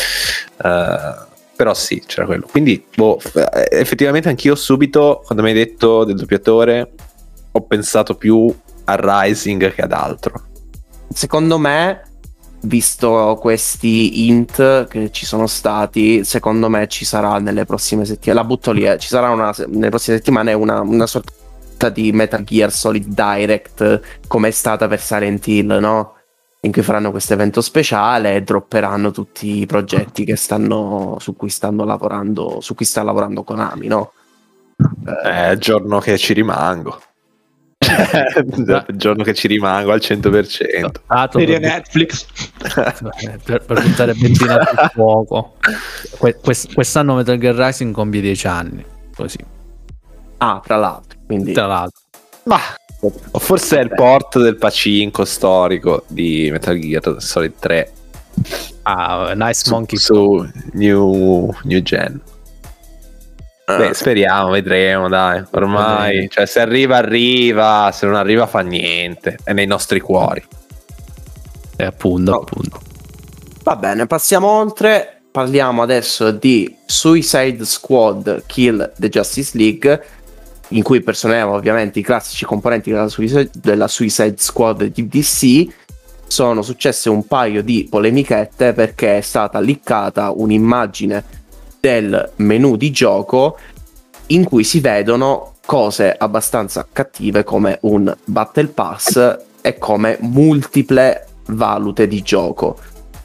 però sì, c'era quello. Quindi effettivamente anch'io subito, quando mi hai detto del doppiatore, ho pensato più a Rising che ad altro. secondo me, visto questi hint che ci sono stati, secondo me ci sarà nelle prossime settimane, la butto lì, ci sarà nelle prossime settimane una sorta di Metal Gear Solid Direct, come è stata per Silent Hill, no? In cui faranno questo evento speciale e dropperanno tutti i progetti che su cui sta lavorando Konami, no? Il giorno che ci rimango. Il giorno che ci rimango al 100%. Serie Netflix. per buttare benzina sul fuoco. Quest'anno Metal Gear Rising compie 10 anni. Così. Tra l'altro. Quindi... Tra l'altro. Ma o forse è il port del Pacinco storico di Metal Gear Solid 3. Nice Monkey su new gen. Beh, speriamo, vedremo, dai. Ormai, cioè, se arriva, se non arriva fa niente. È nei nostri cuori. Appunto. Va bene, passiamo oltre. Parliamo adesso di Suicide Squad Kill the Justice League, in cui personavamo ovviamente i classici componenti della Suicide Squad di DC. Sono successe un paio di polemichette perché è stata leakata un'immagine del menu di gioco in cui si vedono cose abbastanza cattive come un Battle Pass e come multiple valute di gioco.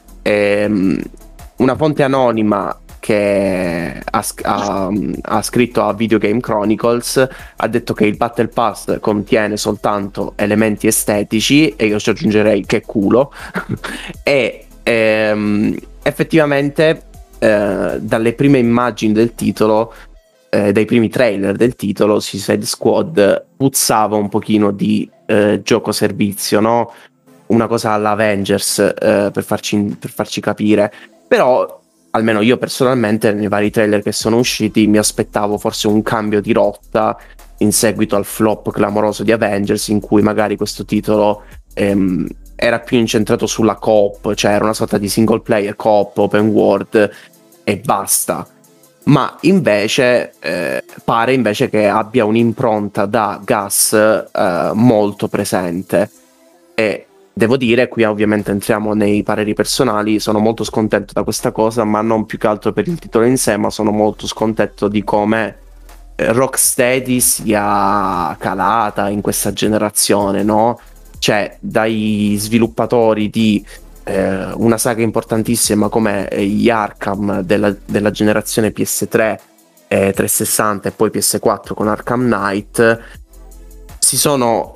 Una fonte anonima che ha scritto a Video Game Chronicles ha detto che il Battle Pass contiene soltanto elementi estetici, e io ci aggiungerei che culo e effettivamente dalle prime immagini del titolo, dai primi trailer del titolo, Suicide Squad puzzava un pochino di gioco servizio, no? Una cosa all'Avengers, per farci capire. Però almeno io personalmente nei vari trailer che sono usciti mi aspettavo forse un cambio di rotta in seguito al flop clamoroso di Avengers, in cui magari questo titolo era più incentrato sulla co-op, cioè era una sorta di single player co-op open world e basta. Ma invece pare invece che abbia un'impronta da Gus molto presente, e devo dire, qui ovviamente entriamo nei pareri personali, sono molto scontento da questa cosa, ma non più che altro per il titolo in sé, ma sono molto scontento di come Rocksteady sia calata in questa generazione, no? Cioè, dai sviluppatori di una saga importantissima come gli Arkham della generazione PS3, 360 e poi PS4 con Arkham Knight, si sono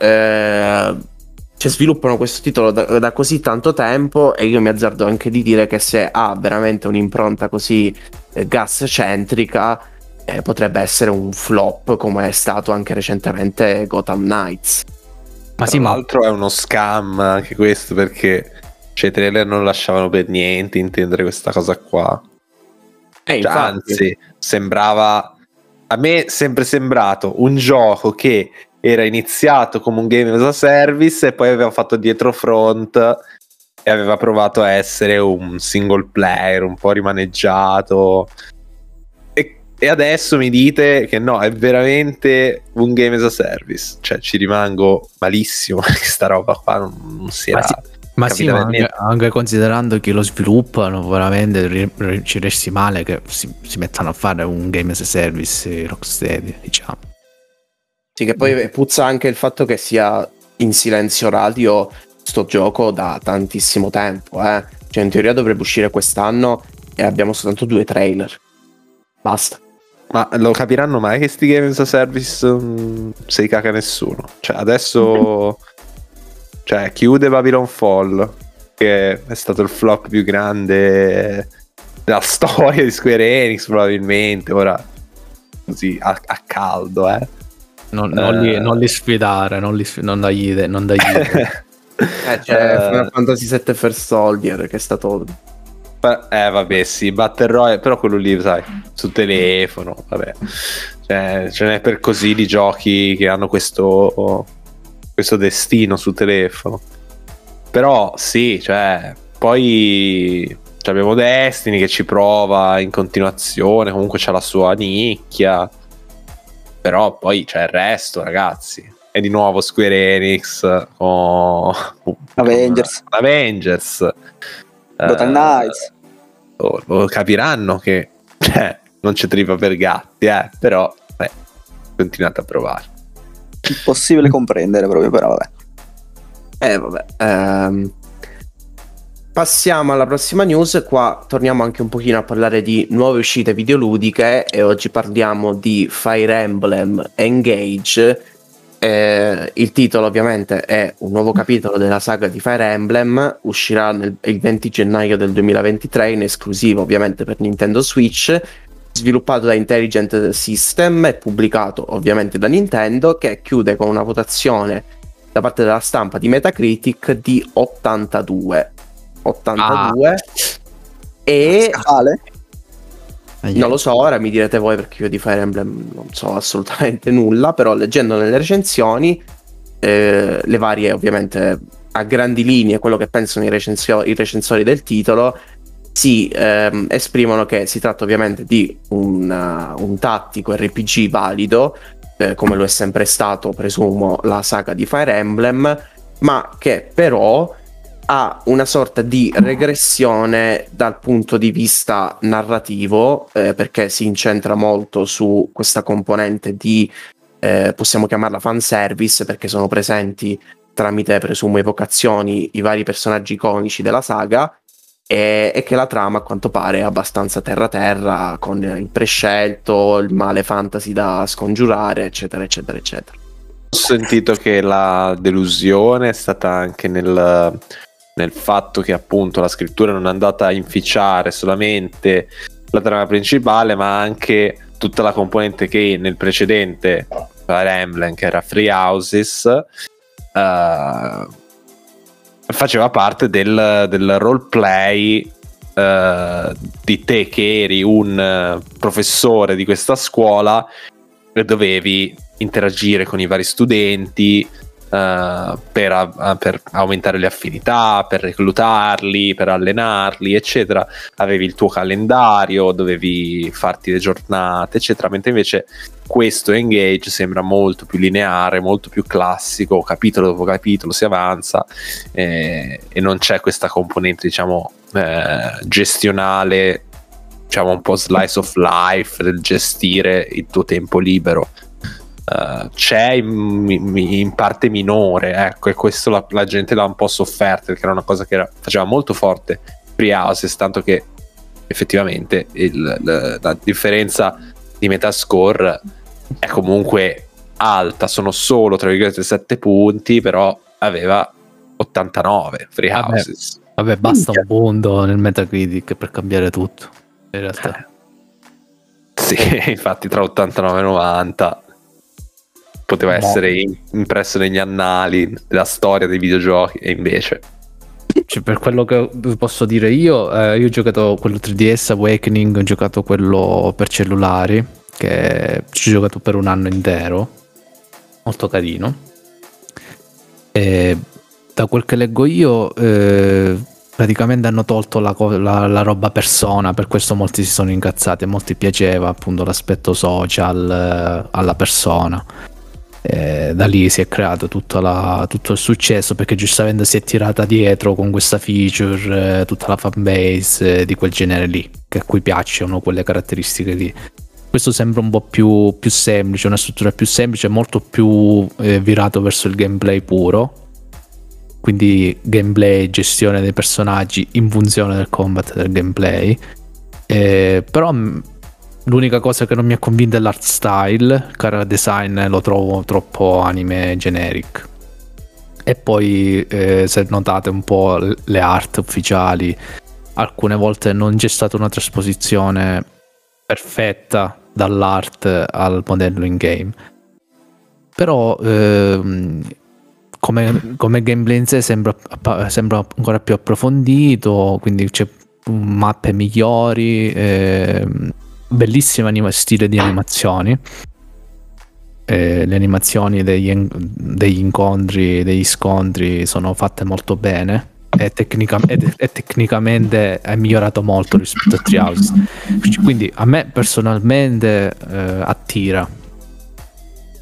sviluppano questo titolo da così tanto tempo, e io mi azzardo anche di dire che se ha veramente un'impronta così gas-centrica, potrebbe essere un flop, come è stato anche recentemente Gotham Knights. Ma sì, tra l'altro è uno scam anche questo, perché i trailer non lasciavano per niente intendere questa cosa qua. Anzi, sembrava, a me è sempre sembrato un gioco che era iniziato come un game as a service e poi aveva fatto dietro front e aveva provato a essere un single player un po' rimaneggiato, e adesso mi dite che no, è veramente un game as a service. Cioè, ci rimango malissimo perché sta roba qua non si era ma anche considerando che lo sviluppano, veramente ci resti male che si mettano a fare un game as a service Rocksteady, diciamo. Sì, che poi puzza anche il fatto che sia in silenzio radio sto gioco da tantissimo tempo, Cioè, in teoria dovrebbe uscire quest'anno e abbiamo soltanto 2 trailer. Basta. Ma lo capiranno mai che sti game as a service se li caga nessuno? Cioè, adesso cioè, chiude Babylon Fall, che è stato il flop più grande della storia di Square Enix probabilmente, ora così a caldo, Non li sfidare, non dagli Final Fantasy VII First Soldier, che è stato vabbè, sì, Battle Royale, però quello lì, sai, su telefono, vabbè, cioè, ce n'è per così di giochi che hanno questo destino su telefono. Però sì, cioè, poi abbiamo Destiny che ci prova in continuazione, comunque c'ha la sua nicchia, però poi c'è il resto, ragazzi. e di nuovo Square Enix con Avengers. Gotham Knights. Lo capiranno che non c'è trippa per gatti, però continuate a provare. Impossibile comprendere proprio, però vabbè. Passiamo alla prossima news. Qua torniamo anche un pochino a parlare di nuove uscite videoludiche e oggi parliamo di Fire Emblem Engage. Il titolo ovviamente è un nuovo capitolo della saga di Fire Emblem, uscirà il 20 gennaio del 2023 in esclusiva ovviamente per Nintendo Switch, sviluppato da Intelligent System e pubblicato ovviamente da Nintendo, che chiude con una votazione da parte della stampa di Metacritic di 82 e non lo so, ora mi direte voi perché io di Fire Emblem non so assolutamente nulla, però leggendo nelle recensioni le varie, ovviamente a grandi linee, quello che pensano i recensori del titolo, si esprimono che si tratta ovviamente di un tattico RPG valido, come lo è sempre stato, presumo, la saga di Fire Emblem, ma che però ha una sorta di regressione dal punto di vista narrativo, perché si incentra molto su questa componente di possiamo chiamarla fanservice, perché sono presenti tramite, presumo, evocazioni i vari personaggi iconici della saga, e che la trama a quanto pare è abbastanza terra con il prescelto, il male fantasy da scongiurare, eccetera eccetera eccetera. Ho sentito che la delusione è stata anche nel fatto che appunto la scrittura non è andata a inficiare solamente la trama principale, ma anche tutta la componente che nel precedente Fire Emblem, che era Free Houses, faceva parte del roleplay di te che eri un professore di questa scuola e dovevi interagire con i vari studenti per aumentare le affinità, per reclutarli, per allenarli, eccetera. Avevi il tuo calendario, dovevi farti le giornate, eccetera, mentre invece questo Engage sembra molto più lineare, molto più classico, capitolo dopo capitolo si avanza, e non c'è questa componente, diciamo, gestionale, diciamo un po' slice of life, del gestire il tuo tempo libero. C'è in parte minore, ecco, e questo la gente l'ha un po' sofferto, perché era una cosa che faceva molto forte Free Houses, tanto che effettivamente la differenza di Metascore è comunque alta, sono solo tra virgolette 7 punti, però aveva 89 Free Houses. Vabbè, basta un punto nel Metacritic per cambiare tutto, in realtà. Sì, infatti tra 89 e 90 poteva essere impresso negli annali della storia dei videogiochi, e invece cioè, per quello che posso dire io ho giocato quello 3DS Awakening, ho giocato quello per cellulari, che ci ho giocato per un anno intero, molto carino, e da quel che leggo io praticamente hanno tolto la roba persona, per questo molti si sono incazzati, a molti piaceva appunto l'aspetto social alla persona. Da lì si è creato tutto il successo, perché giustamente si è tirata dietro con questa feature tutta la fanbase di quel genere lì, che a cui piacciono quelle caratteristiche lì. Questo sembra un po' più semplice, una struttura più semplice, molto più virato verso il gameplay puro, quindi gameplay, gestione dei personaggi in funzione del combat, del gameplay, però l'unica cosa che non mi ha convinto è l'art style, il character design lo trovo troppo anime generic. E poi se notate un po' le art ufficiali, alcune volte non c'è stata una trasposizione perfetta dall'art al modello in game, però come gameplay in sé sembra ancora più approfondito, quindi c'è mappe migliori, bellissimo stile di animazioni, le animazioni degli incontri, degli scontri sono fatte molto bene, e tecnicamente è migliorato molto rispetto a Treehouse, quindi a me personalmente attira.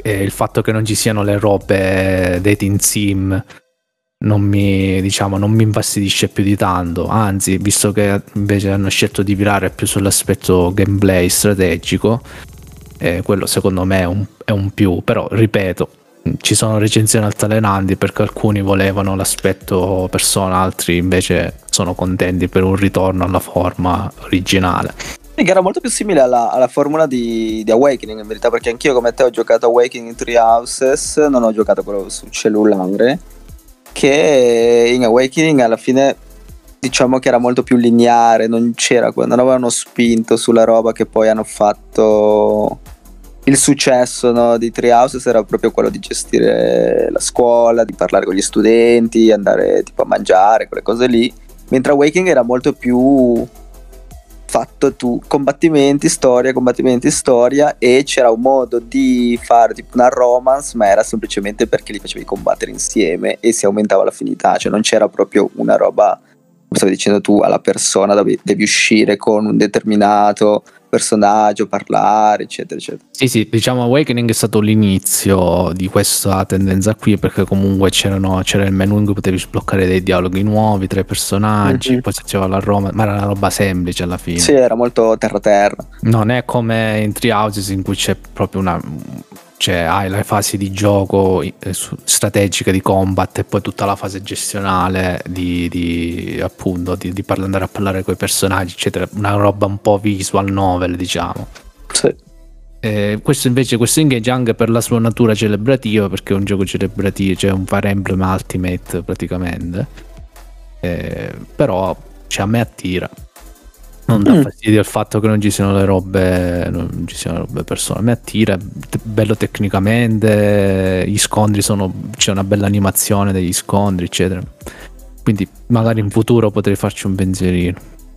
il fatto che non ci siano le robe dating sim non mi infastidisce più di tanto, anzi, visto che invece hanno scelto di virare più sull'aspetto gameplay strategico, quello secondo me è un più. Però ripeto, ci sono recensioni altalenanti perché alcuni volevano l'aspetto persona, altri invece sono contenti per un ritorno alla forma originale. Che era molto più simile alla formula di Awakening in verità, perché anch'io come te ho giocato Awakening in Three Houses, non ho giocato quello su cellulare, che in Awakening alla fine diciamo che era molto più lineare, non avevano spinto sulla roba che poi hanno fatto il successo, no, di Three Houses. Era proprio quello di gestire la scuola, di parlare con gli studenti, andare tipo a mangiare, quelle cose lì, mentre Awakening era molto più fatto combattimenti, storia, e c'era un modo di fare tipo una romance, ma era semplicemente perché li facevi combattere insieme e si aumentava l'affinità, cioè non c'era proprio una roba, come stavi dicendo tu, alla persona dove devi uscire con un determinato personaggio, parlare, eccetera, eccetera. Sì, diciamo Awakening è stato l'inizio di questa tendenza qui, perché comunque c'era il menu in cui potevi sbloccare dei dialoghi nuovi tra i personaggi, poi si faceva la Roma, ma era una roba semplice alla fine. Sì, era molto terra. Non è come in Three Houses in cui c'è proprio hai le fasi di gioco strategiche di combat e poi tutta la fase gestionale di andare a parlare con i personaggi, eccetera, una roba un po' visual novel, diciamo. Sì. Questo Engage anche per la sua natura celebrativa, perché è un gioco celebrativo, cioè un Fire Emblem Ultimate praticamente, però a me attira. Non dà fastidio il fatto che non ci siano le robe persone, mi attira, bello tecnicamente, gli scontri c'è una bella animazione degli scontri, eccetera, quindi magari in futuro potrei farci un pensierino.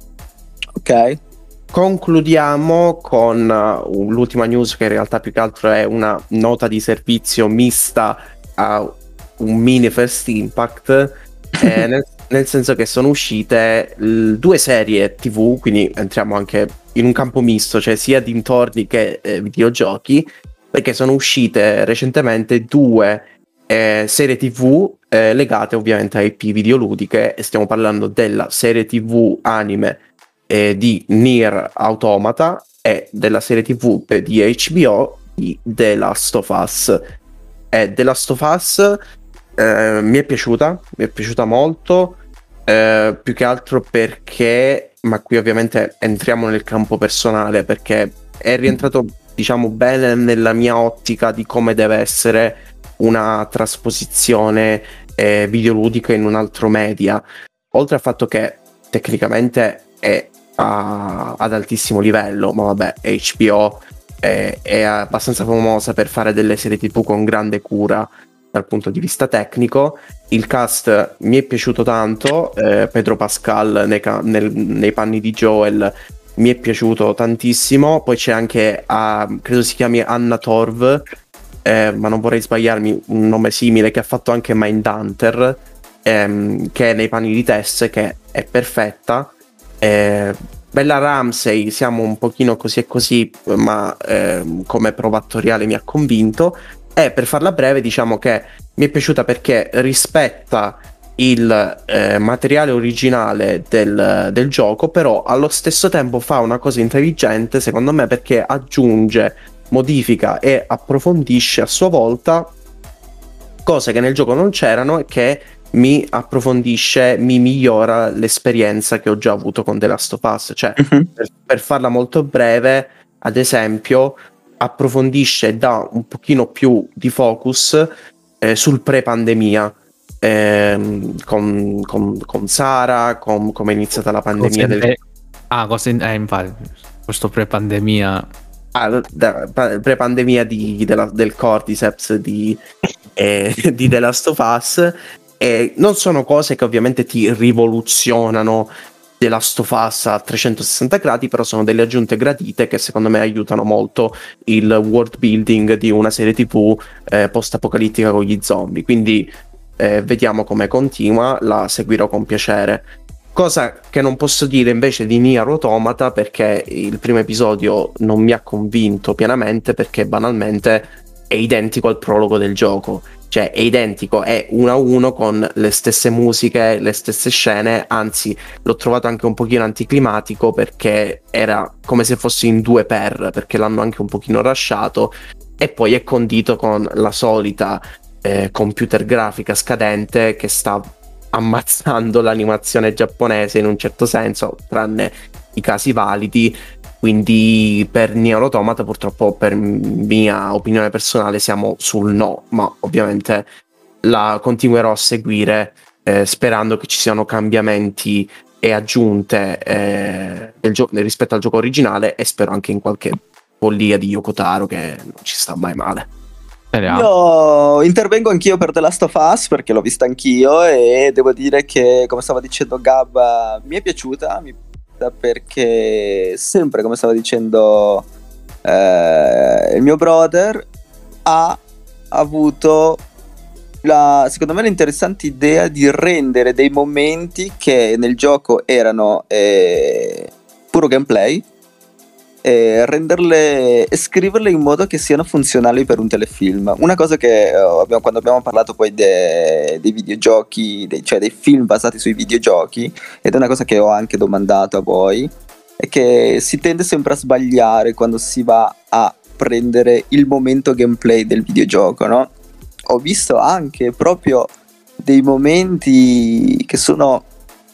Ok, concludiamo con l'ultima news, che in realtà più che altro è una nota di servizio mista a un mini First Impact, nel senso che sono uscite 2 serie TV, quindi entriamo anche in un campo misto, cioè sia dintorni che videogiochi, perché sono uscite recentemente 2 serie TV legate ovviamente a IP videoludiche, e stiamo parlando della serie TV anime di Nier Automata e della serie TV di HBO di The Last of Us. The Last of Us mi è piaciuta molto, più che altro perché, ma qui ovviamente entriamo nel campo personale, perché è rientrato diciamo bene nella mia ottica di come deve essere una trasposizione videoludica in un altro media, oltre al fatto che tecnicamente è ad altissimo livello, ma vabbè, HBO è abbastanza famosa per fare delle serie TV con grande cura dal punto di vista tecnico. Il cast mi è piaciuto tanto, Pedro Pascal nei panni di Joel mi è piaciuto tantissimo, poi c'è anche credo si chiami Anna Torv, ma non vorrei sbagliarmi, un nome simile, che ha fatto anche Mindhunter, che è nei panni di Tess, che è perfetta. Bella Ramsey, siamo un pochino così e così, ma come prova attoriale mi ha convinto. E per farla breve, diciamo che mi è piaciuta perché rispetta il materiale originale del gioco, però allo stesso tempo fa una cosa intelligente, secondo me, perché aggiunge, modifica e approfondisce a sua volta cose che nel gioco non c'erano, e che mi approfondisce, mi migliora l'esperienza che ho già avuto con The Last of Us. Cioè, per farla molto breve, ad esempio, approfondisce e dà un pochino più di focus sul pre-pandemia, con Sara, come è iniziata la pandemia infatti questo pre-pandemia pre-pandemia del Cordyceps di The Last of Us. Non sono cose che ovviamente ti rivoluzionano The Last of Us a 360 gradi, però sono delle aggiunte gradite che secondo me aiutano molto il world building di una serie TV post-apocalittica con gli zombie. Quindi vediamo come continua, la seguirò con piacere. Cosa che non posso dire invece di Nier Automata, perché il primo episodio non mi ha convinto pienamente, perché banalmente è identico al prologo del gioco, cioè è identico, è 1-1 con le stesse musiche, le stesse scene, anzi l'ho trovato anche un pochino anticlimatico perché era come se fosse in 2x, perché l'hanno anche un pochino rushato, e poi è condito con la solita computer grafica scadente che sta ammazzando l'animazione giapponese in un certo senso, tranne i casi validi. Quindi per Nier Automata purtroppo, per mia opinione personale, siamo sul no, ma ovviamente la continuerò a seguire sperando che ci siano cambiamenti e aggiunte rispetto al gioco originale, e spero anche in qualche follia di Yoko Taro, che non ci sta mai male. Io intervengo anch'io per The Last of Us perché l'ho vista anch'io, e devo dire che, come stava dicendo Gab, mi è piaciuta perché sempre, come stava dicendo il mio brother, ha avuto secondo me l'interessante idea di rendere dei momenti che nel gioco erano puro gameplay, renderle e scriverle in modo che siano funzionali per un telefilm. Una cosa che quando abbiamo parlato poi dei videogiochi, cioè dei film basati sui videogiochi, ed è una cosa che ho anche domandato a voi, è che si tende sempre a sbagliare quando si va a prendere il momento gameplay del videogioco, no? Ho visto anche proprio dei momenti che sono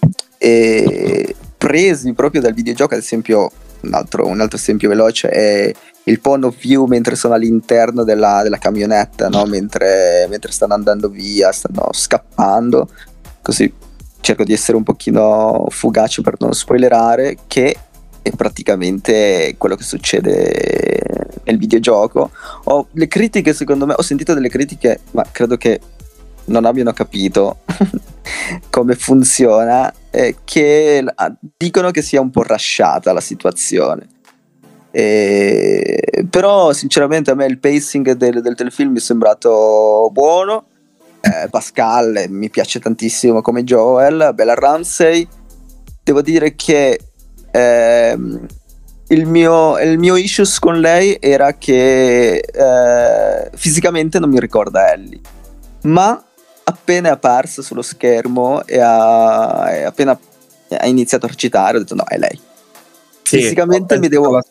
presi proprio dal videogioco. Ad esempio, un altro esempio veloce è il point of view mentre sono all'interno della camionetta, no? mentre stanno andando via, stanno scappando, così cerco di essere un pochino fugace per non spoilerare, che è praticamente quello che succede nel videogioco. Le critiche, secondo me, ho sentito delle critiche, ma credo che non abbiano capito come funziona, che dicono che sia un po' rushata la situazione, però sinceramente a me il pacing del telefilm mi è sembrato buono. Pascal mi piace tantissimo come Joel. Bella Ramsey, devo dire che il mio issues con lei era che fisicamente non mi ricorda Ellie, ma appena è apparsa sullo schermo e appena ha iniziato a recitare, ho detto no, è lei. Fisicamente mi devo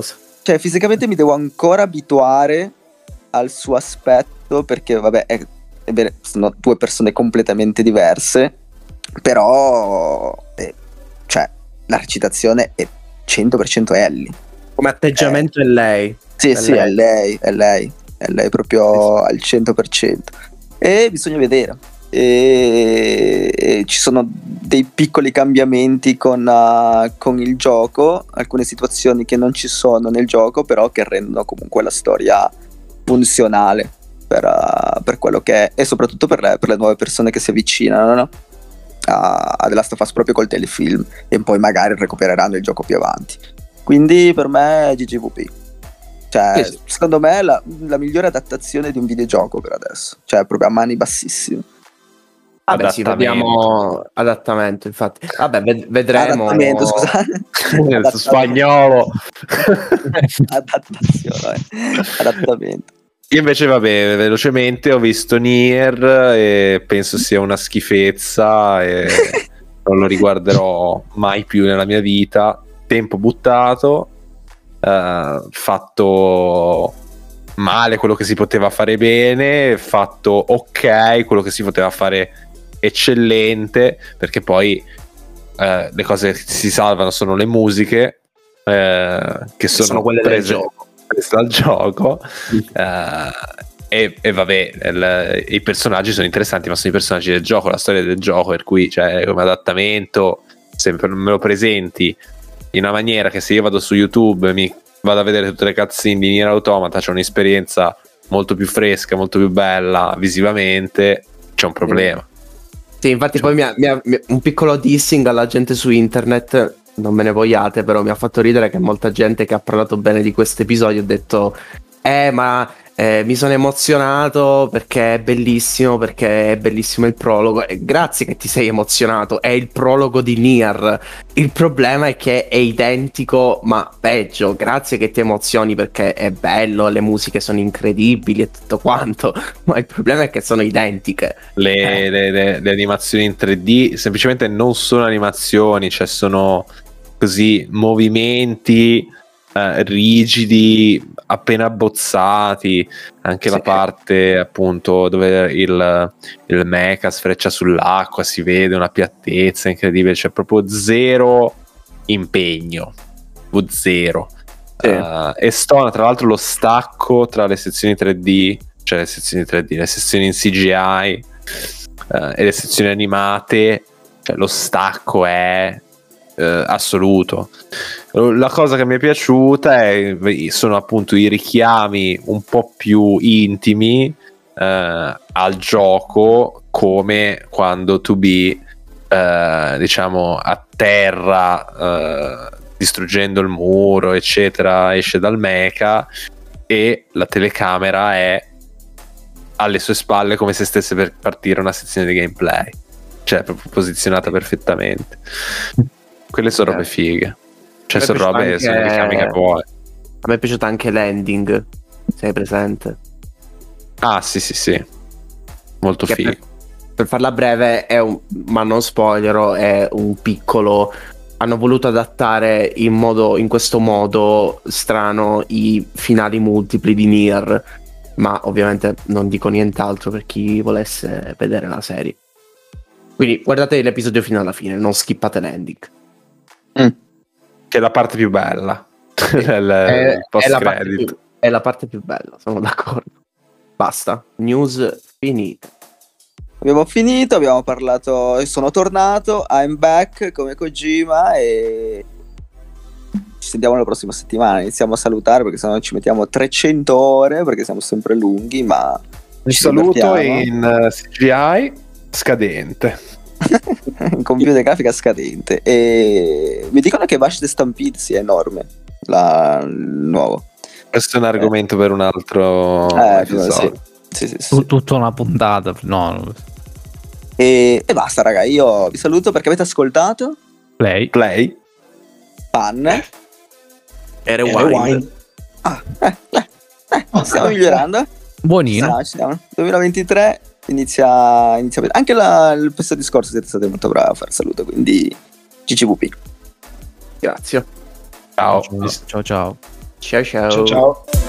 ancora abituare al suo aspetto, perché vabbè sono due persone completamente diverse, però cioè la recitazione è 100% Ellie. Come atteggiamento è lei. Sì, è lei proprio al 100%. E bisogna vedere. E ci sono dei piccoli cambiamenti con il gioco, alcune situazioni che non ci sono nel gioco, però che rendono comunque la storia funzionale per quello che è, e soprattutto per le nuove persone che si avvicinano, no? A The Last of Us proprio col telefilm, e poi magari recupereranno il gioco più avanti. Quindi per me GGVP, cioè sì. Secondo me la migliore adattazione di un videogioco per adesso, cioè proprio a mani bassissime. Vabbè, sì, vediamo adattamento, infatti. Vabbè, vedremo. Adattamento, scusate. Spagnolo. Adattamento. Io invece, vabbè, velocemente ho visto Nier e penso sia una schifezza e non lo riguarderò mai più nella mia vita. Tempo buttato, fatto male quello che si poteva fare bene, fatto ok quello che si poteva fare eccellente, perché poi le cose che si salvano sono le musiche, che sono quelle del gioco. Dal gioco. E vabbè, i personaggi sono interessanti, ma sono i personaggi del gioco, la storia del gioco, per cui cioè, come adattamento, se me lo presenti in una maniera che se io vado su YouTube mi vado a vedere tutte le cutscene di Nier Automata, c'è un'esperienza molto più fresca, molto più bella visivamente, c'è un problema. Sì, infatti poi un piccolo dissing alla gente su internet, non me ne vogliate, però mi ha fatto ridere che molta gente che ha parlato bene di questo episodio ha detto ma Mi sono emozionato perché è bellissimo il prologo. Grazie che ti sei emozionato, è il prologo di Nier. Il problema è che è identico, ma peggio. Grazie che ti emozioni perché è bello, le musiche sono incredibili e tutto quanto, ma il problema è che sono identiche. Le animazioni in 3D semplicemente non sono animazioni, cioè sono così movimenti rigidi, appena abbozzati. Anche la parte appunto dove il mecha sfreccia sull'acqua, si vede una piattezza incredibile, c'è proprio zero impegno, zero. E stona tra l'altro lo stacco tra le sezioni 3D, cioè le sezioni in CGI e le sezioni animate, cioè lo stacco è assoluto. La cosa che mi è piaciuta sono appunto i richiami un po' più intimi al gioco, come quando 2B diciamo atterra distruggendo il muro eccetera, esce dal mecha e la telecamera è alle sue spalle come se stesse per partire una sezione di gameplay, cioè proprio posizionata perfettamente. Quelle sono robe fighe, cioè sono robe, sono richiami che vuoi. A me è piaciuta anche l'ending, sei presente? Ah sì, molto che figo. Per farla breve ma non spoilerò, è un piccolo, hanno voluto adattare in questo modo strano i finali multipli di Nier, ma ovviamente non dico nient'altro per chi volesse vedere la serie. Quindi guardate l'episodio fino alla fine, non skippate l'ending. Che è la parte più bella. Il post credit. È la parte più bella, sono d'accordo. Basta, news finite. Abbiamo finito, abbiamo parlato, sono tornato, I'm back come Kojima e ci sentiamo la prossima settimana. Iniziamo a salutare perché sennò ci mettiamo 300 ore perché siamo sempre lunghi, ma un saluto in CGI scadente. Un computer grafica scadente. E mi dicono che Vash the Stampede sia enorme, il nuovo. Questo è un argomento per un altro episodio. Sì. Tutta una puntata. No. E basta, raga. Io vi saluto perché avete ascoltato Play Pan e Rewind. Stiamo migliorando. Buonino. 2023 inizia anche il episodio scorso siete stati molto bravi a fare saluto, quindi GGVP. Grazie. Ciao. Ciao. Ciao.